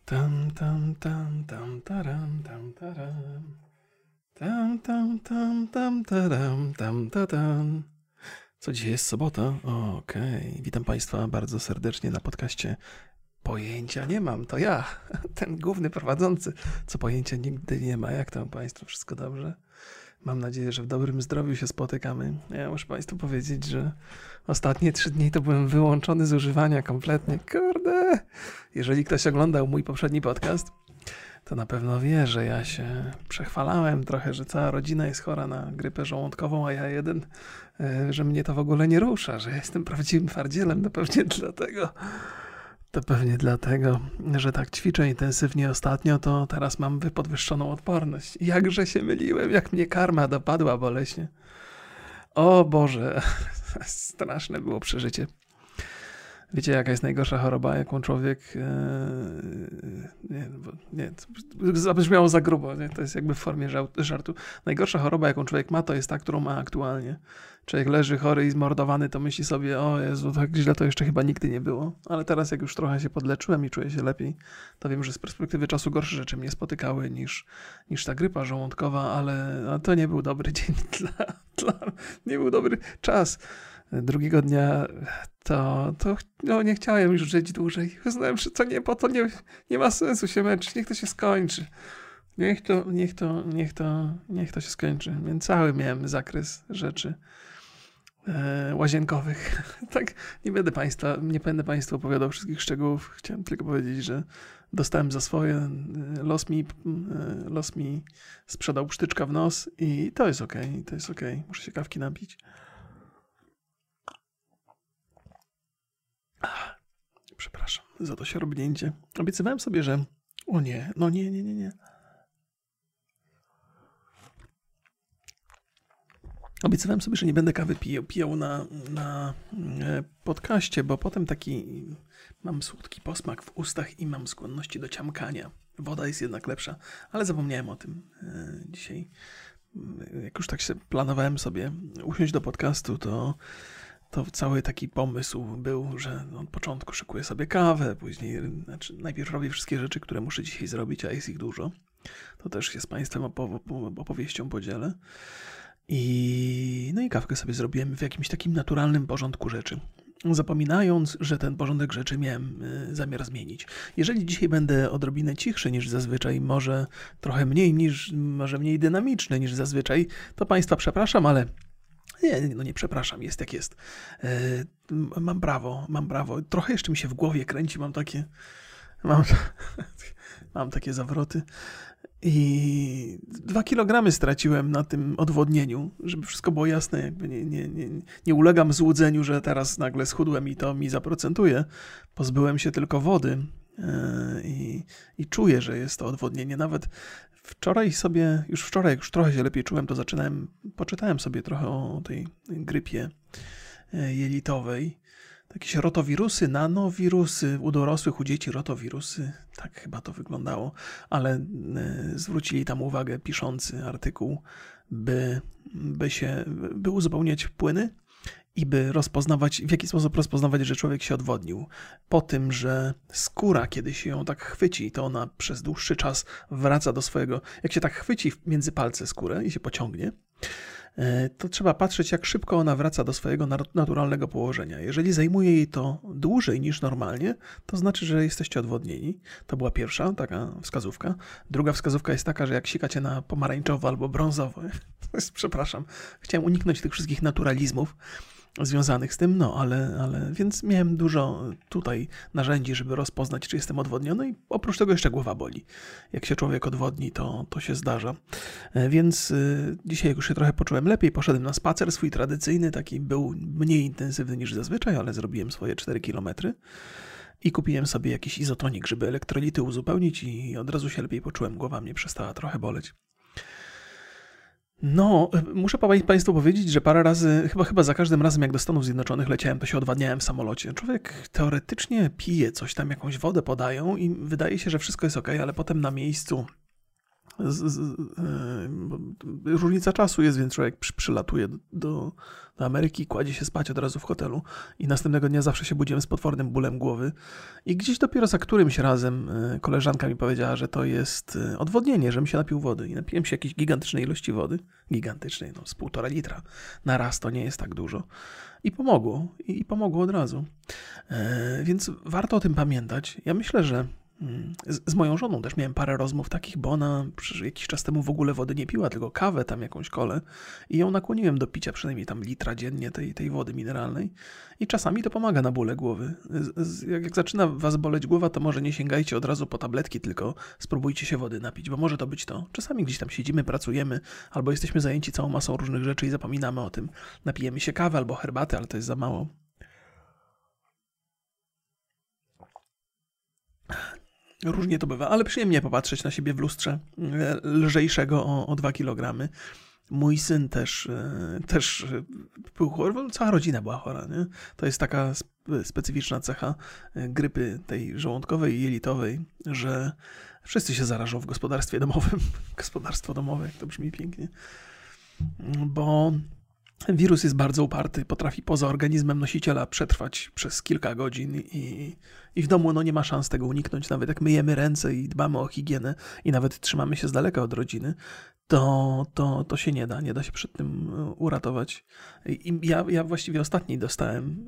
Tam, tam, tam, tam, taram, tam, taram. Tam, tam, tam, tam, taram, tam, tam. Co dzisiaj jest sobota? Okej. Witam Państwa bardzo serdecznie na podcaście Pojęcia nie mam, to ja, ten główny prowadzący, co pojęcia nigdy nie ma. Jak tam Państwo? Wszystko dobrze? Mam nadzieję, że w dobrym zdrowiu się spotykamy. Ja muszę Państwu powiedzieć, że ostatnie 3 dni to byłem wyłączony z używania kompletnie. Kurde! Jeżeli ktoś oglądał mój poprzedni podcast, to na pewno wie, że ja się przechwalałem trochę, że cała rodzina jest chora na grypę żołądkową, a ja jeden, że mnie to w ogóle nie rusza, że ja jestem prawdziwym twardzielem. To pewnie dlatego, że tak ćwiczę intensywnie ostatnio, to teraz mam podwyższoną odporność. Jakże się myliłem, jak mnie karma dopadła boleśnie. O Boże, straszne było przeżycie. Wiecie, jaka jest najgorsza choroba, jaką człowiek... to zabrzmiało za grubo, nie? To jest jakby w formie żartu. Najgorsza choroba, jaką człowiek ma, to jest ta, którą ma aktualnie. Człowiek leży chory i zmordowany, to myśli sobie, o Jezu, tak źle to jeszcze chyba nigdy nie było. Ale teraz, jak już trochę się podleczyłem i czuję się lepiej, to wiem, że z perspektywy czasu gorsze rzeczy mnie spotykały niż ta grypa żołądkowa, ale to nie był dobry dzień nie był dobry czas. Drugiego dnia to nie chciałem już żyć dłużej. Uznałem, że nie ma sensu się męczyć, niech to się skończy. Niech to się skończy. Więc cały miałem zakres rzeczy łazienkowych. Tak, nie będę Państwu opowiadał wszystkich szczegółów. Chciałem tylko powiedzieć, że dostałem za swoje. Los mi sprzedał psztyczka w nos i to jest okej. Muszę się kawki napić. Przepraszam za to siorbnięcie. Obiecywałem sobie, że... O nie, nie. Obiecywałem sobie, że nie będę kawy pijał na podcaście, bo potem mam słodki posmak w ustach i mam skłonności do ciamkania. Woda jest jednak lepsza, ale zapomniałem o tym dzisiaj. Jak już tak się planowałem sobie usiąść do podcastu, to cały taki pomysł był, że od początku szykuję sobie kawę, później, najpierw robię wszystkie rzeczy, które muszę dzisiaj zrobić, a jest ich dużo. To też się z Państwem opowieścią podzielę. I kawkę sobie zrobiłem w jakimś takim naturalnym porządku rzeczy, zapominając, że ten porządek rzeczy miałem zamiar zmienić. Jeżeli dzisiaj będę odrobinę cichszy niż zazwyczaj, może trochę mniej dynamiczny niż zazwyczaj, to Państwa przepraszam, ale nie przepraszam, jest jak jest. Mam prawo. Trochę jeszcze mi się w głowie kręci, mam takie zawroty. I 2 kilogramy straciłem na tym odwodnieniu, żeby wszystko było jasne, jakby nie ulegam złudzeniu, że teraz nagle schudłem i to mi zaprocentuje. Pozbyłem się tylko wody i czuję, że jest to odwodnienie. Nawet wczoraj, jak już trochę się lepiej czułem, to poczytałem sobie trochę o tej grypie jelitowej. Jakieś rotowirusy, nanowirusy, u dorosłych, u dzieci rotowirusy, tak chyba to wyglądało, ale zwrócili tam uwagę piszący artykuł, by uzupełniać płyny i w jaki sposób rozpoznawać, że człowiek się odwodnił. Po tym, że skóra, kiedy się ją tak chwyci, to ona przez dłuższy czas wraca do swojego, jak się tak chwyci między palce skórę i się pociągnie, to trzeba patrzeć, jak szybko ona wraca do swojego naturalnego położenia. Jeżeli zajmuje jej to dłużej niż normalnie, to znaczy, że jesteście odwodnieni. To była pierwsza taka wskazówka. Druga wskazówka jest taka, że jak sikacie na pomarańczowo albo brązowo, przepraszam, chciałem uniknąć tych wszystkich naturalizmów związanych z tym, ale więc miałem dużo tutaj narzędzi, żeby rozpoznać, czy jestem odwodniony i oprócz tego jeszcze głowa boli. Jak się człowiek odwodni, to się zdarza. Więc dzisiaj, jak już się trochę poczułem lepiej, poszedłem na spacer swój tradycyjny, taki był mniej intensywny niż zazwyczaj, ale zrobiłem swoje 4 kilometry i kupiłem sobie jakiś izotonik, żeby elektrolity uzupełnić i od razu się lepiej poczułem, głowa mnie przestała trochę boleć. Muszę Państwu powiedzieć, że parę razy, chyba za każdym razem jak do Stanów Zjednoczonych leciałem, to się odwadniałem w samolocie. Człowiek teoretycznie pije coś tam, jakąś wodę podają i wydaje się, że wszystko jest okej, ale potem na miejscu Różnica czasu jest, więc człowiek przylatuje do Ameryki, kładzie się spać od razu w hotelu i następnego dnia zawsze się budziłem z potwornym bólem głowy. I gdzieś dopiero za którymś razem koleżanka mi powiedziała, że to jest odwodnienie, żebym się napił wody. I napiłem się jakiejś gigantycznej ilości wody. Gigantycznej, z 1,5 litra. Na raz to nie jest tak dużo. I pomogło. I pomogło od razu. Więc warto o tym pamiętać. Ja myślę, że z moją żoną też miałem parę rozmów takich, bo ona jakiś czas temu w ogóle wody nie piła, tylko kawę, tam jakąś kolę i ją nakłoniłem do picia przynajmniej tam litra dziennie tej wody mineralnej i czasami to pomaga na bóle głowy. Jak zaczyna was boleć głowa, to może nie sięgajcie od razu po tabletki, tylko spróbujcie się wody napić, bo może to być to. Czasami gdzieś tam siedzimy, pracujemy, albo jesteśmy zajęci całą masą różnych rzeczy i zapominamy o tym. Napijemy się kawy albo herbaty, ale to jest za mało. Różnie to bywa, ale przyjemnie popatrzeć na siebie w lustrze lżejszego o 2 kg. Mój syn też był chory, cała rodzina była chora. Nie? To jest taka specyficzna cecha grypy tej żołądkowej i jelitowej, że wszyscy się zarażą w gospodarstwie domowym. Gospodarstwo domowe, jak to brzmi pięknie. Bo wirus jest bardzo uparty, potrafi poza organizmem nosiciela przetrwać przez kilka godzin i w domu nie ma szans tego uniknąć. Nawet jak myjemy ręce i dbamy o higienę i nawet trzymamy się z daleka od rodziny, to się nie da się przed tym uratować. I ja właściwie ostatni dostałem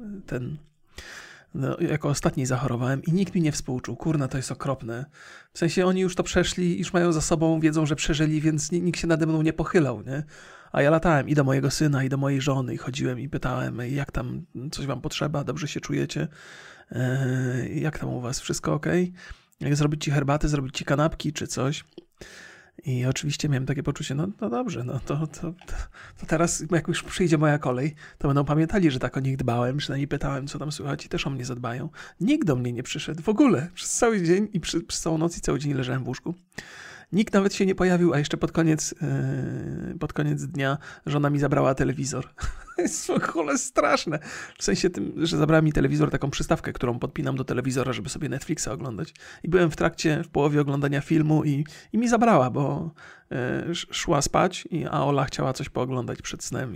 jako ostatni zachorowałem i nikt mi nie współczuł. Kurna, to jest okropne. W sensie oni już to przeszli, już mają za sobą, wiedzą, że przeżyli, więc nikt się nade mną nie pochylał, nie? A ja latałem i do mojego syna, i do mojej żony, i chodziłem i pytałem, jak tam, coś wam potrzeba, dobrze się czujecie? Jak tam u was, wszystko ok? Jak zrobić ci herbatę, zrobić ci kanapki, czy coś? I oczywiście miałem takie poczucie, no dobrze, to teraz jak już przyjdzie moja kolej, to będą pamiętali, że tak o nich dbałem, przynajmniej pytałem, co tam słychać i też o mnie zadbają. Nikt do mnie nie przyszedł w ogóle, przez cały dzień i przez całą noc i cały dzień leżałem w łóżku. Nikt nawet się nie pojawił, a jeszcze pod koniec dnia żona mi zabrała telewizor. To jest w ogóle straszne. W sensie tym, że zabrała mi telewizor, taką przystawkę, którą podpinam do telewizora, żeby sobie Netflixa oglądać. I byłem w połowie oglądania filmu i mi zabrała, bo szła spać, a Ola chciała coś pooglądać przed snem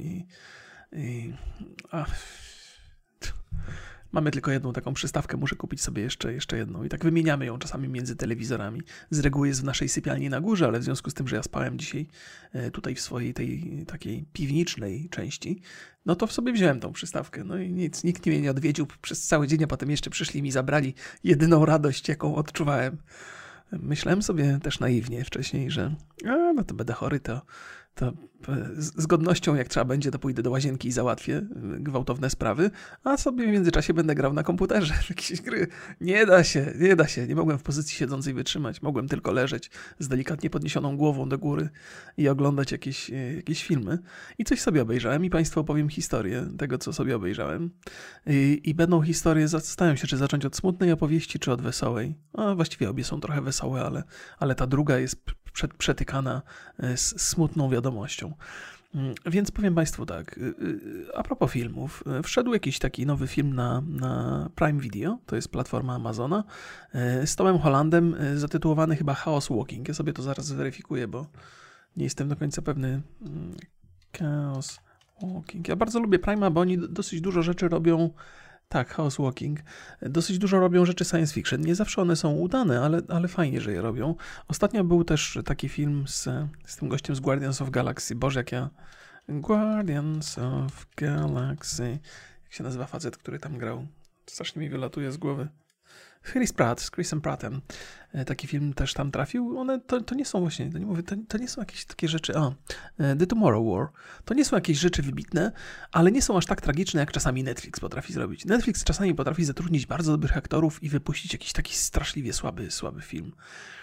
Mamy tylko jedną taką przystawkę, muszę kupić sobie jeszcze jedną. I tak wymieniamy ją czasami między telewizorami. Z reguły jest w naszej sypialni na górze, ale w związku z tym, że ja spałem dzisiaj tutaj w swojej tej takiej piwnicznej części, no to sobie wziąłem tą przystawkę. No i nikt mnie nie odwiedził przez cały dzień, a potem jeszcze przyszli i mi zabrali jedyną radość, jaką odczuwałem. Myślałem sobie też naiwnie wcześniej, że no to będę chory, to z godnością, jak trzeba będzie, to pójdę do łazienki i załatwię gwałtowne sprawy, a sobie w międzyczasie będę grał na komputerze w jakieś gry. Nie da się. Nie mogłem w pozycji siedzącej wytrzymać. Mogłem tylko leżeć z delikatnie podniesioną głową do góry i oglądać jakieś filmy. I coś sobie obejrzałem i Państwu opowiem historię tego, co sobie obejrzałem. I będą historie, zastanawiam się, czy zacząć od smutnej opowieści, czy od wesołej. A właściwie obie są trochę wesołe, ale ta druga jest przetykana z smutną wiadomością. Więc powiem Państwu tak, a propos filmów, wszedł jakiś taki nowy film na Prime Video, to jest platforma Amazona, z Tomem Hollandem, zatytułowany chyba Chaos Walking. Ja sobie to zaraz zweryfikuję, bo nie jestem do końca pewny. Chaos Walking. Ja bardzo lubię Prime'a, bo oni dosyć dużo rzeczy robią. Tak, Chaos Walking. Dosyć dużo robią rzeczy science fiction. Nie zawsze one są udane, ale fajnie, że je robią. Ostatnio był też taki film z tym gościem z Guardians of Galaxy. Boże, jak ja... Guardians of Galaxy. Jak się nazywa facet, który tam grał? Strasznie mi wylatuje z głowy. Chris Pratt, z Chrisem Prattem. Taki film też tam trafił. One to nie są właśnie, to nie są jakieś takie rzeczy. The Tomorrow War. To nie są jakieś rzeczy wybitne, ale nie są aż tak tragiczne, jak czasami Netflix potrafi zrobić. Netflix czasami potrafi zatrudnić bardzo dobrych aktorów i wypuścić jakiś taki straszliwie słaby film.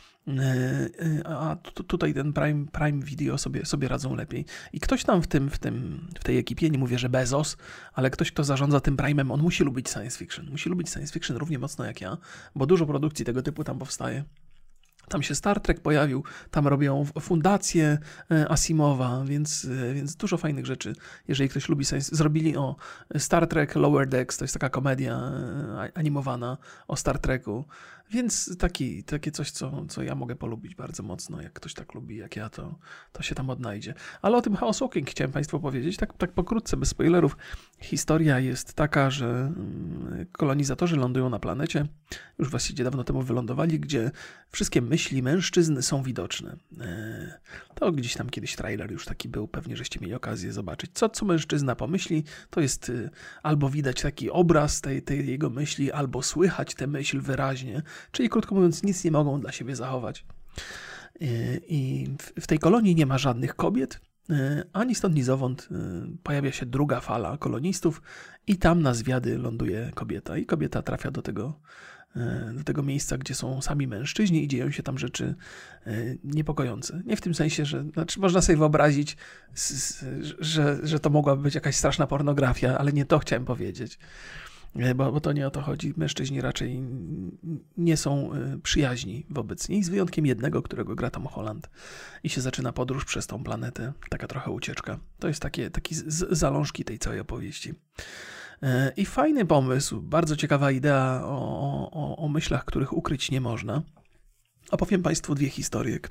A tutaj ten Prime Video sobie radzą lepiej. I ktoś tam w tej ekipie, nie mówię, że Bezos, ale ktoś, kto zarządza tym Prime'em, on musi lubić science fiction. Musi lubić science fiction równie mocno jak ja, bo dużo produkcji tego typu tam powstaje. Tam się Star Trek pojawił, tam robią fundację Asimowa, więc dużo fajnych rzeczy. Jeżeli ktoś lubi science, zrobili Star Trek Lower Decks, to jest taka komedia animowana o Star Treku. Więc takie coś, co ja mogę polubić bardzo mocno. Jak ktoś tak lubi jak ja, to się tam odnajdzie. Ale o tym Chaos Walking chciałem Państwu powiedzieć, tak pokrótce, bez spoilerów. Historia jest taka, że kolonizatorzy lądują na planecie, już właściwie dawno temu wylądowali, gdzie wszystkie myśli mężczyzn są widoczne. To gdzieś tam kiedyś trailer już taki był, pewnie żeście mieli okazję zobaczyć. Co mężczyzna pomyśli, to jest albo widać taki obraz tej jego myśli, albo słychać tę myśl wyraźnie. Czyli krótko mówiąc, nic nie mogą dla siebie zachować. I w tej kolonii nie ma żadnych kobiet, ani stąd, ni zowąd pojawia się druga fala kolonistów i tam na zwiady ląduje kobieta. I kobieta trafia do tego miejsca, gdzie są sami mężczyźni i dzieją się tam rzeczy niepokojące. Nie w tym sensie, że można sobie wyobrazić, że to mogłaby być jakaś straszna pornografia, ale nie to chciałem powiedzieć. Bo to nie o to chodzi. Mężczyźni raczej nie są przyjaźni wobec niej, z wyjątkiem jednego, którego gra Tom Holland. I się zaczyna podróż przez tą planetę. Taka trochę ucieczka. To jest taki zalążki tej całej opowieści. I fajny pomysł, bardzo ciekawa idea o myślach, których ukryć nie można. Opowiem Państwu dwie historie,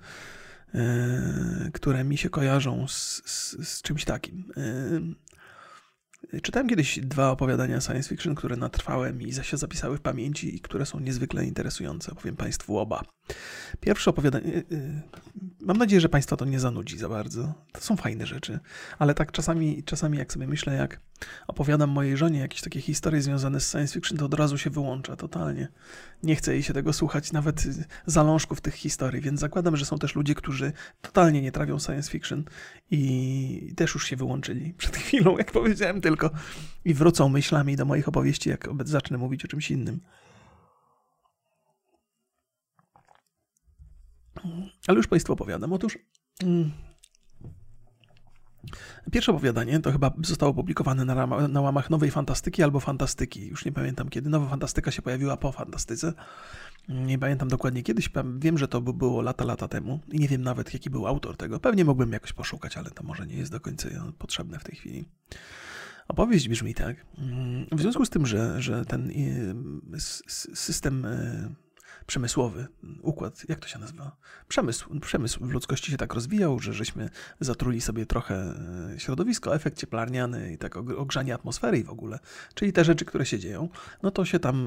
które mi się kojarzą z czymś takim. Czytałem kiedyś dwa opowiadania science fiction, które natrwałem i się zapisały w pamięci i które są niezwykle interesujące. Opowiem Państwu oba. Pierwsze opowiadanie... Mam nadzieję, że Państwa to nie zanudzi za bardzo. To są fajne rzeczy. Ale tak czasami jak sobie myślę, jak opowiadam mojej żonie jakieś takie historie związane z science fiction, to od razu się wyłącza totalnie. Nie chce jej się tego słuchać, nawet zalążków tych historii, więc zakładam, że są też ludzie, którzy totalnie nie trawią science fiction i też już się wyłączyli przed chwilą, jak powiedziałem tylko, i wrócą myślami do moich opowieści, jak zacznę mówić o czymś innym. Ale już Państwu opowiadam. Otóż pierwsze opowiadanie to chyba zostało opublikowane na łamach Nowej Fantastyki albo Fantastyki. Już nie pamiętam kiedy. Nowa Fantastyka się pojawiła po Fantastyce. Nie pamiętam dokładnie kiedyś. Wiem, że to było lata temu i nie wiem nawet, jaki był autor tego. Pewnie mógłbym jakoś poszukać, ale to może nie jest do końca potrzebne w tej chwili. Opowieść brzmi tak. W związku z tym, że ten system przemysłowy, układ, jak to się nazywa? Przemysł w ludzkości się tak rozwijał, że żeśmy zatruli sobie trochę środowisko, efekt cieplarniany i tak ogrzanie atmosfery i w ogóle, czyli te rzeczy, które się dzieją, no to się tam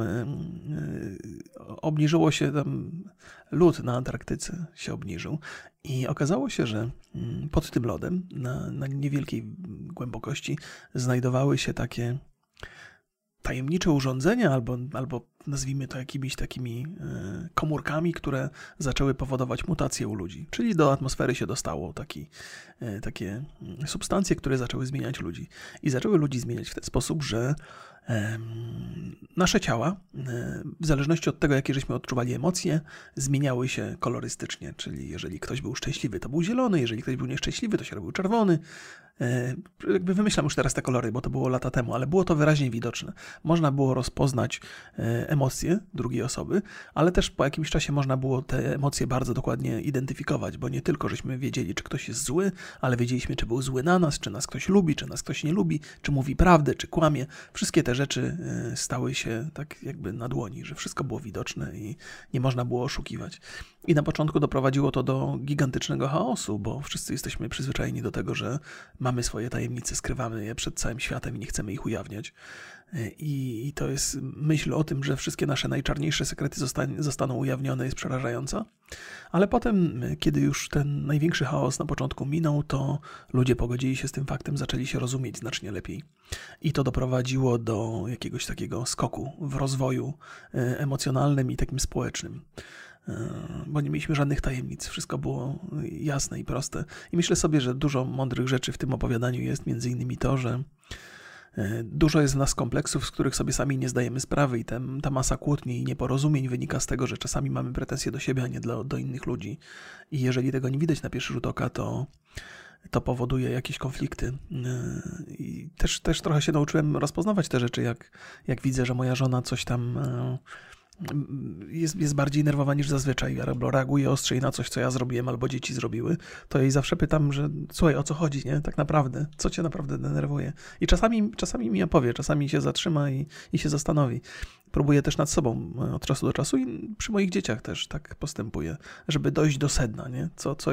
obniżyło się, tam lód na Antarktyce się obniżył i okazało się, że pod tym lodem na niewielkiej głębokości znajdowały się takie tajemnicze urządzenia albo nazwijmy to jakimiś takimi komórkami, które zaczęły powodować mutacje u ludzi. Czyli do atmosfery się dostało takie substancje, które zaczęły zmieniać ludzi. I zaczęły ludzi zmieniać w ten sposób, że nasze ciała, w zależności od tego, jakie żeśmy odczuwali emocje, zmieniały się kolorystycznie. Czyli jeżeli ktoś był szczęśliwy, to był zielony, jeżeli ktoś był nieszczęśliwy, to się robił czerwony. Jakby wymyślam już teraz te kolory, bo to było lata temu, ale było to wyraźnie widoczne. Można było rozpoznać emocje drugiej osoby, ale też po jakimś czasie można było te emocje bardzo dokładnie identyfikować, bo nie tylko żeśmy wiedzieli, czy ktoś jest zły, ale wiedzieliśmy, czy był zły na nas, czy nas ktoś lubi, czy nas ktoś nie lubi, czy mówi prawdę, czy kłamie. Wszystkie te rzeczy stały się tak jakby na dłoni, że wszystko było widoczne i nie można było oszukiwać. I na początku doprowadziło to do gigantycznego chaosu, bo wszyscy jesteśmy przyzwyczajeni do tego, że mamy swoje tajemnice, skrywamy je przed całym światem i nie chcemy ich ujawniać. I to jest myśl o tym, że wszystkie nasze najczarniejsze sekrety zostaną ujawnione, jest przerażająca. Ale potem, kiedy już ten największy chaos na początku minął, to ludzie pogodzili się z tym faktem, zaczęli się rozumieć znacznie lepiej. I to doprowadziło do jakiegoś takiego skoku w rozwoju emocjonalnym i takim społecznym. Bo nie mieliśmy żadnych tajemnic, wszystko było jasne i proste. I myślę sobie, że dużo mądrych rzeczy w tym opowiadaniu jest, między innymi to, że dużo jest w nas kompleksów, z których sobie sami nie zdajemy sprawy i ta masa kłótni i nieporozumień wynika z tego, że czasami mamy pretensje do siebie, a nie do innych ludzi. I jeżeli tego nie widać na pierwszy rzut oka, to powoduje jakieś konflikty. I też trochę się nauczyłem rozpoznawać te rzeczy, jak widzę, że moja żona coś tam jest bardziej nerwowa niż zazwyczaj, albo reaguje ostrzej na coś, co ja zrobiłem, albo dzieci zrobiły, to jej zawsze pytam, że słuchaj, o co chodzi, nie? Tak naprawdę, co cię naprawdę denerwuje? I czasami mi opowie, czasami się zatrzyma i się zastanowi. Próbuję też nad sobą od czasu do czasu i przy moich dzieciach też tak postępuję, żeby dojść do sedna, nie?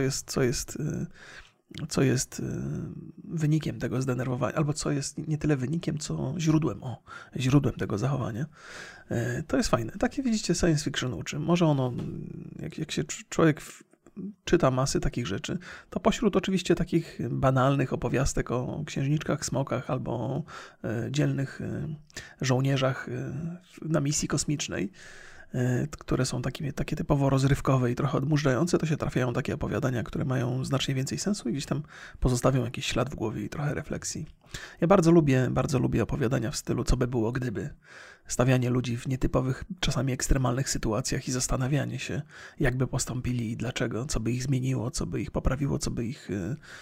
Co jest wynikiem tego zdenerwowania, albo co jest nie tyle wynikiem, co źródłem tego zachowania. To jest fajne. Takie, widzicie, science fiction uczy. Może ono, jak się człowiek czyta masy takich rzeczy, to pośród oczywiście takich banalnych opowiastek o księżniczkach, smokach albo o dzielnych żołnierzach na misji kosmicznej, które są takie typowo rozrywkowe i trochę odmurzające, to się trafiają takie opowiadania, które mają znacznie więcej sensu i gdzieś tam pozostawią jakiś ślad w głowie i trochę refleksji. Ja bardzo lubię opowiadania w stylu co by było gdyby. Stawianie ludzi w nietypowych, czasami ekstremalnych sytuacjach i zastanawianie się, jak by postąpili i dlaczego, co by ich zmieniło, co by ich poprawiło, co by ich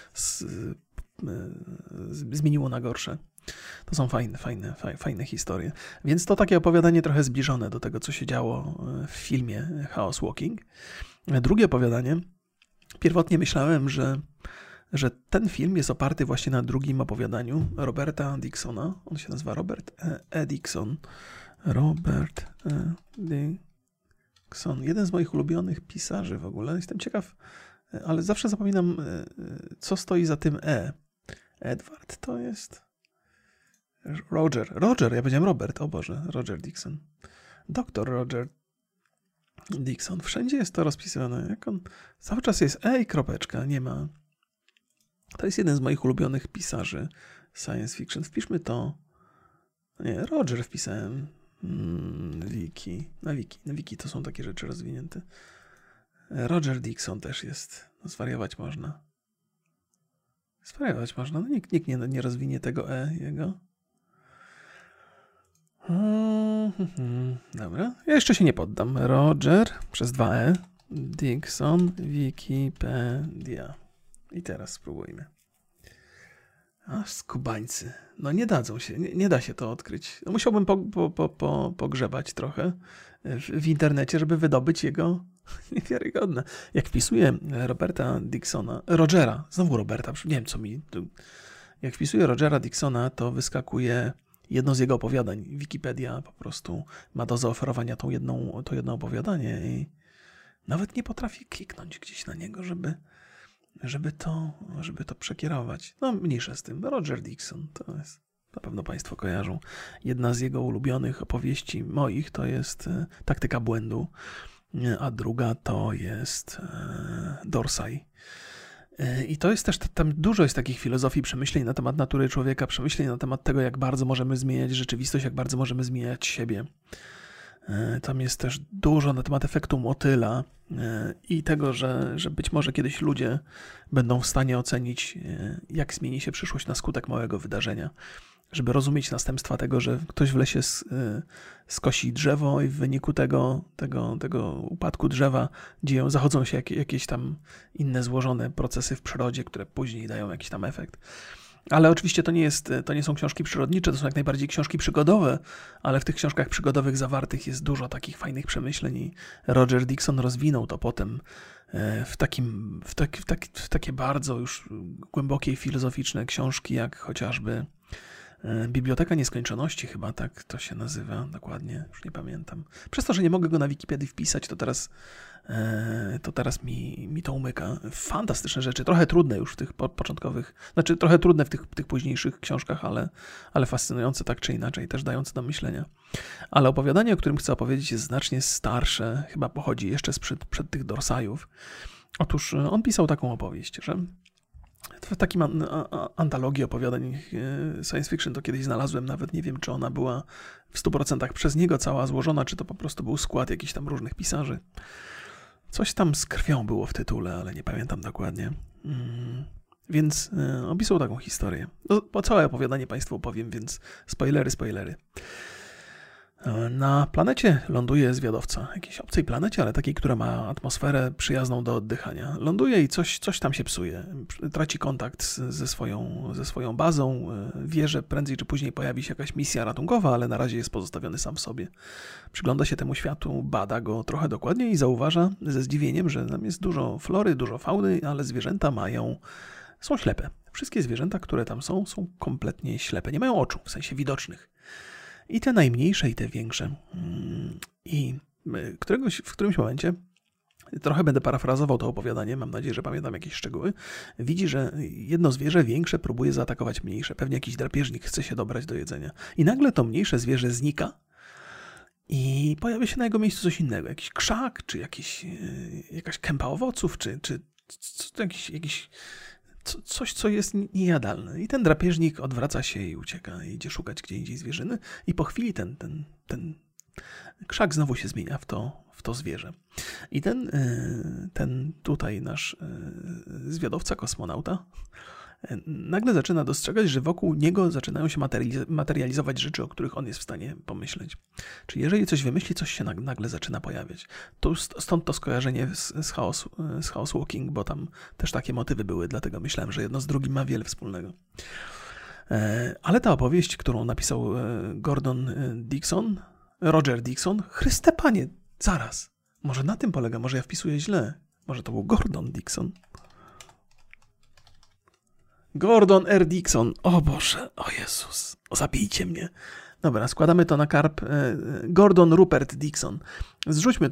zmieniło na gorsze. To są fajne historie. Więc to takie opowiadanie trochę zbliżone do tego, co się działo w filmie Chaos Walking. Drugie opowiadanie. Pierwotnie myślałem, że ten film jest oparty właśnie na drugim opowiadaniu Roberta Dicksona. On się nazywa Robert E. Dickson. Robert E. Dickson. Jeden z moich ulubionych pisarzy w ogóle. Jestem ciekaw, ale zawsze zapominam, co stoi za tym E. Edward to jest... Roger, ja powiedziałem Robert, o Boże, Roger Dickson. Doktor Roger Dickson. Wszędzie jest to rozpisane. Jak on cały czas jest i kropeczka, nie ma. To jest jeden z moich ulubionych pisarzy science fiction. Wpiszmy to. Nie, Roger wpisałem. Na wiki to są takie rzeczy rozwinięte. Roger Dickson też jest. No, zwariować można. No, nikt nie rozwinie tego jego. Dobra, ja jeszcze się nie poddam. Roger przez 2 Dickson, Wikipedia. I teraz spróbujmy. A skubańcy. No nie dadzą się, nie da się to odkryć. No, musiałbym pogrzebać trochę w internecie, żeby wydobyć jego niewiarygodne. Jak wpisuję Roberta Dicksona, Rogera, znowu Roberta, nie wiem co mi... Jak wpisuję Rogera Dicksona, to wyskakuje jedno z jego opowiadań. Wikipedia po prostu ma do zaoferowania to jedno opowiadanie i nawet nie potrafię kliknąć gdzieś na niego, żeby to przekierować. No mniejsza z tym. Roger Dickson to jest, na pewno Państwo kojarzą. Jedna z jego ulubionych opowieści moich to jest Taktyka błędu, a druga to jest Dorsey. I to jest też, tam dużo jest takich filozofii, przemyśleń na temat natury człowieka, przemyśleń na temat tego, jak bardzo możemy zmieniać rzeczywistość, jak bardzo możemy zmieniać siebie. Tam jest też dużo na temat efektu motyla i tego, że być może kiedyś ludzie będą w stanie ocenić, jak zmieni się przyszłość na skutek małego wydarzenia. Żeby rozumieć następstwa tego, że ktoś w lesie skosi drzewo i w wyniku tego upadku drzewa zachodzą się jakieś tam inne złożone procesy w przyrodzie, które później dają jakiś tam efekt. Ale oczywiście to nie są książki przyrodnicze, to są jak najbardziej książki przygodowe, ale w tych książkach przygodowych zawartych jest dużo takich fajnych przemyśleń i Roger Dickson rozwinął to potem w takie bardzo już głębokie i filozoficzne książki, jak chociażby Biblioteka Nieskończoności, chyba tak to się nazywa dokładnie, już nie pamiętam. Przez to, że nie mogę go na Wikipedii wpisać, to teraz mi to umyka. Fantastyczne rzeczy, trochę trudne już w tych początkowych, znaczy trochę trudne w tych późniejszych książkach, ale fascynujące tak czy inaczej, też dające do myślenia. Ale opowiadanie, o którym chcę opowiedzieć, jest znacznie starsze, chyba pochodzi jeszcze przed tych Dorsajów. Otóż on pisał taką opowieść, że w takim antologii opowiadań science fiction to kiedyś znalazłem, nawet nie wiem, czy ona była w 100% przez niego cała złożona, czy to po prostu był skład jakichś tam różnych pisarzy. Coś tam z krwią było w tytule, ale nie pamiętam dokładnie. Więc opisał taką historię. No, całe opowiadanie Państwu opowiem, więc spoilery. Na planecie ląduje zwiadowca, jakiejś obcej planecie, ale takiej, która ma atmosferę przyjazną do oddychania. Ląduje i coś tam się psuje. Traci kontakt ze swoją bazą. Wie, że prędzej czy później pojawi się jakaś misja ratunkowa, ale na razie jest pozostawiony sam w sobie. Przygląda się temu światu, bada go trochę dokładniej i zauważa ze zdziwieniem, że tam jest dużo flory, dużo fauny, ale zwierzęta są ślepe. Wszystkie zwierzęta, które tam są kompletnie ślepe. Nie mają oczu, w sensie widocznych. I te najmniejsze, i te większe. I w którymś momencie, trochę będę parafrazował to opowiadanie, mam nadzieję, że pamiętam jakieś szczegóły, widzi, że jedno zwierzę większe próbuje zaatakować mniejsze. Pewnie jakiś drapieżnik chce się dobrać do jedzenia. I nagle to mniejsze zwierzę znika i pojawia się na jego miejscu coś innego. Jakiś krzak, czy jakaś kępa owoców, czy jakiś coś, co jest niejadalne. I ten drapieżnik odwraca się i ucieka. Idzie szukać gdzie indziej zwierzyny i po chwili ten krzak znowu się zmienia w to zwierzę. I ten tutaj nasz zwiadowca, kosmonauta, nagle zaczyna dostrzegać, że wokół niego zaczynają się materializować rzeczy, o których on jest w stanie pomyśleć. Czyli jeżeli coś wymyśli, coś się nagle zaczyna pojawiać. Stąd to skojarzenie z Chaos Walking, bo tam też takie motywy były, dlatego myślałem, że jedno z drugim ma wiele wspólnego. Ale ta opowieść, którą napisał Roger Dixon, Chryste Panie, zaraz. Może na tym polega, może ja wpisuję źle. Może to był Gordon Dixon. Gordon R. Dixon. O Boże, o Jezus, zabijcie mnie. Dobra, składamy to na karp. Gordon Rupert Dixon. Zrzućmy to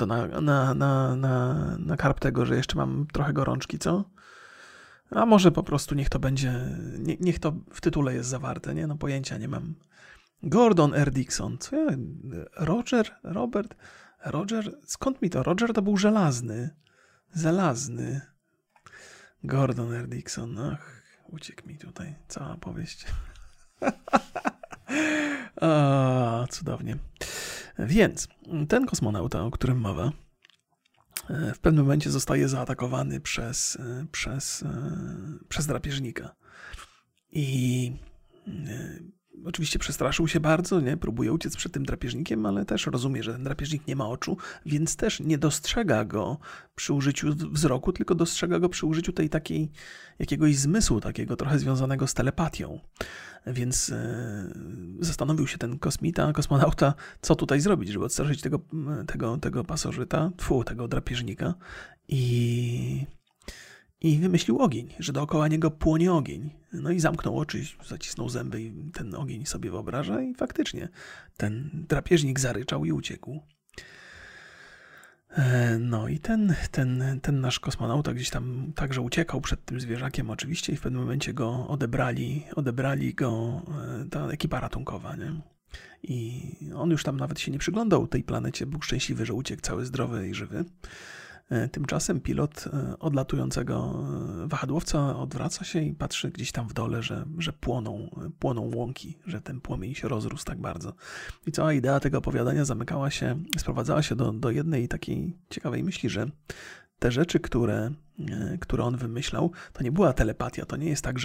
na karp tego, że jeszcze mam trochę gorączki, co? A może po prostu niech to będzie, niech to w tytule jest zawarte, nie? No pojęcia nie mam. Gordon R. Dixon. Co ja? Roger? Skąd mi to? Roger to był żelazny. Gordon R. Dixon. Ach, uciekł mi tutaj cała powieść. Cudownie. Więc ten kosmonauta, o którym mowa, w pewnym momencie zostaje zaatakowany przez drapieżnika. I oczywiście przestraszył się bardzo, nie? Próbuje uciec przed tym drapieżnikiem, ale też rozumie, że ten drapieżnik nie ma oczu, więc też nie dostrzega go przy użyciu wzroku, tylko dostrzega go przy użyciu tej takiej jakiegoś zmysłu, takiego trochę związanego z telepatią. Więc zastanowił się ten kosmonauta, co tutaj zrobić, żeby odstraszyć tego pasożyta, tego drapieżnika i wymyślił ogień, że dookoła niego płonie ogień. No i zamknął oczy, zacisnął zęby i ten ogień sobie wyobraża i faktycznie ten drapieżnik zaryczał i uciekł. No i ten nasz kosmonauta gdzieś tam także uciekał przed tym zwierzakiem oczywiście i w pewnym momencie go odebrali go ta ekipa ratunkowa, nie? I on już tam nawet się nie przyglądał tej planecie, był szczęśliwy, że uciekł cały zdrowy i żywy. Tymczasem pilot odlatującego wahadłowca odwraca się i patrzy gdzieś tam w dole, że płoną łąki, że ten płomień się rozrósł tak bardzo. I cała idea tego opowiadania sprowadzała się do jednej takiej ciekawej myśli, że te rzeczy, które on wymyślał, to nie była telepatia, to nie jest tak,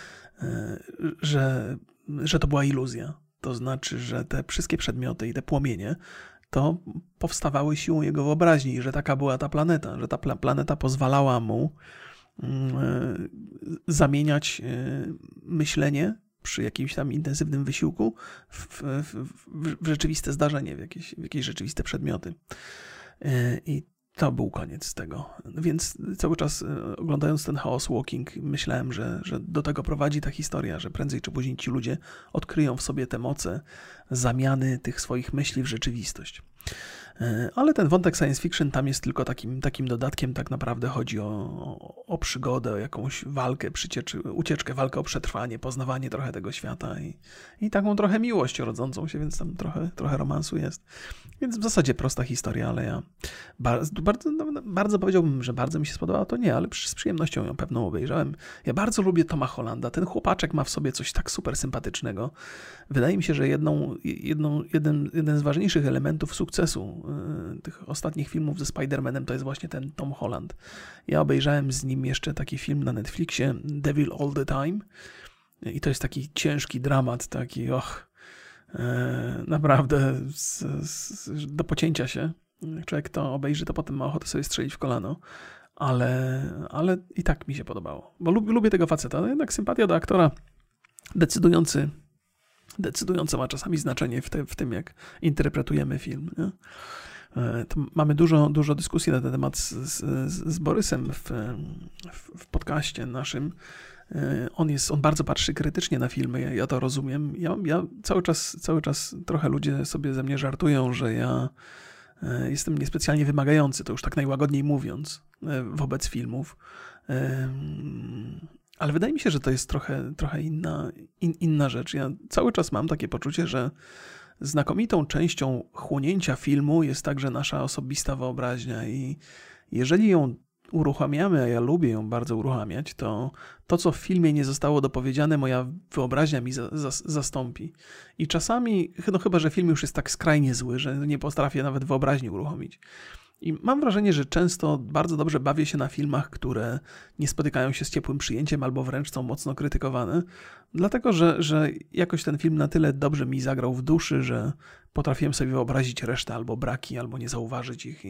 że to była iluzja. To znaczy, że te wszystkie przedmioty i te płomienie to powstawały siłą jego wyobraźni i że taka była ta planeta, że ta planeta pozwalała mu zamieniać myślenie przy jakimś tam intensywnym wysiłku w rzeczywiste zdarzenie, w jakieś rzeczywiste przedmioty. I to był koniec tego. Więc cały czas oglądając ten Chaos Walking myślałem, że do tego prowadzi ta historia, że prędzej czy później ci ludzie odkryją w sobie te moce zamiany tych swoich myśli w rzeczywistość. Ale ten wątek science fiction tam jest tylko takim dodatkiem, tak naprawdę chodzi o przygodę, o jakąś walkę, ucieczkę, walkę o przetrwanie, poznawanie trochę tego świata i taką trochę miłość rodzącą się, więc tam trochę romansu jest. Więc w zasadzie prosta historia, ale ja bardzo powiedziałbym, że bardzo mi się spodobała, to nie, ale z przyjemnością ją pewną obejrzałem. Ja bardzo lubię Toma Hollanda, ten chłopaczek ma w sobie coś tak super sympatycznego. Wydaje mi się, że jeden z ważniejszych elementów sukcesu tych ostatnich filmów ze Spider-Manem to jest właśnie ten Tom Holland. Ja obejrzałem z nim jeszcze taki film na Netflixie, Devil All the Time, i to jest taki ciężki dramat, taki Naprawdę do pocięcia się. Człowiek to obejrzy, to potem ma ochotę sobie strzelić w kolano. Ale i tak mi się podobało. Bo lubię tego faceta. No jednak sympatia do aktora decydujące ma czasami znaczenie w tym, jak interpretujemy film. Nie? To mamy dużo dyskusji na ten temat z Borysem w podcaście naszym. On bardzo patrzy krytycznie na filmy, ja to rozumiem. Ja cały czas trochę ludzie sobie ze mnie żartują, że ja jestem niespecjalnie wymagający, to już tak najłagodniej mówiąc, wobec filmów. Ale wydaje mi się, że to jest trochę inna rzecz. Ja cały czas mam takie poczucie, że znakomitą częścią chłonięcia filmu jest także nasza osobista wyobraźnia i jeżeli ją uruchamiamy, a ja lubię ją bardzo uruchamiać, to co w filmie nie zostało dopowiedziane, moja wyobraźnia mi zastąpi. I czasami, no chyba że film już jest tak skrajnie zły, że nie potrafię nawet wyobraźni uruchomić. I mam wrażenie, że często bardzo dobrze bawię się na filmach, które nie spotykają się z ciepłym przyjęciem albo wręcz są mocno krytykowane, dlatego że jakoś ten film na tyle dobrze mi zagrał w duszy, że potrafiłem sobie wyobrazić resztę albo braki, albo nie zauważyć ich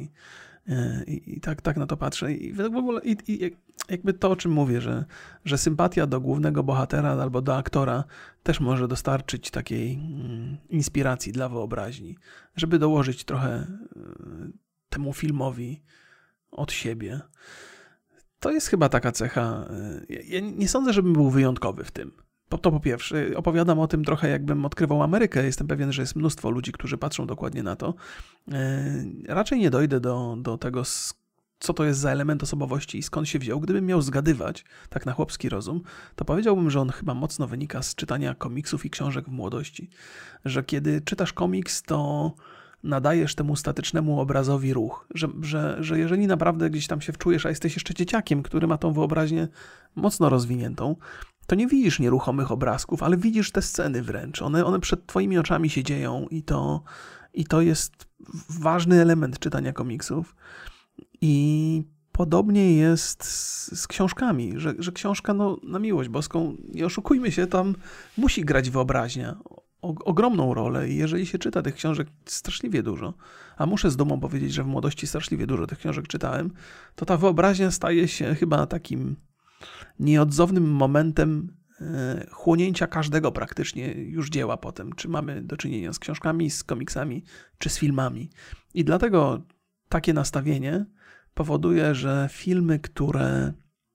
i tak na to patrzę. I w ogóle jakby to, o czym mówię, że sympatia do głównego bohatera albo do aktora też może dostarczyć takiej inspiracji dla wyobraźni, żeby dołożyć trochę temu filmowi od siebie. To jest chyba taka cecha. Ja nie sądzę, żebym był wyjątkowy w tym. To po pierwsze. Opowiadam o tym trochę, jakbym odkrywał Amerykę. Jestem pewien, że jest mnóstwo ludzi, którzy patrzą dokładnie na to. Raczej nie dojdę do tego, co to jest za element osobowości i skąd się wziął. Gdybym miał zgadywać, tak na chłopski rozum, to powiedziałbym, że on chyba mocno wynika z czytania komiksów i książek w młodości. Że kiedy czytasz komiks, to nadajesz temu statycznemu obrazowi ruch, że jeżeli naprawdę gdzieś tam się wczujesz, a jesteś jeszcze dzieciakiem, który ma tą wyobraźnię mocno rozwiniętą, to nie widzisz nieruchomych obrazków, ale widzisz te sceny wręcz. One przed twoimi oczami się dzieją i to jest ważny element czytania komiksów. I podobnie jest z książkami, że książka, no na miłość boską, nie oszukujmy się, tam musi grać wyobraźnia. Ogromną rolę i jeżeli się czyta tych książek straszliwie dużo, a muszę z dumą powiedzieć, że w młodości straszliwie dużo tych książek czytałem, to ta wyobraźnia staje się chyba takim nieodzownym momentem chłonięcia każdego praktycznie już dzieła potem, czy mamy do czynienia z książkami, z komiksami, czy z filmami. I dlatego takie nastawienie powoduje, że filmy, które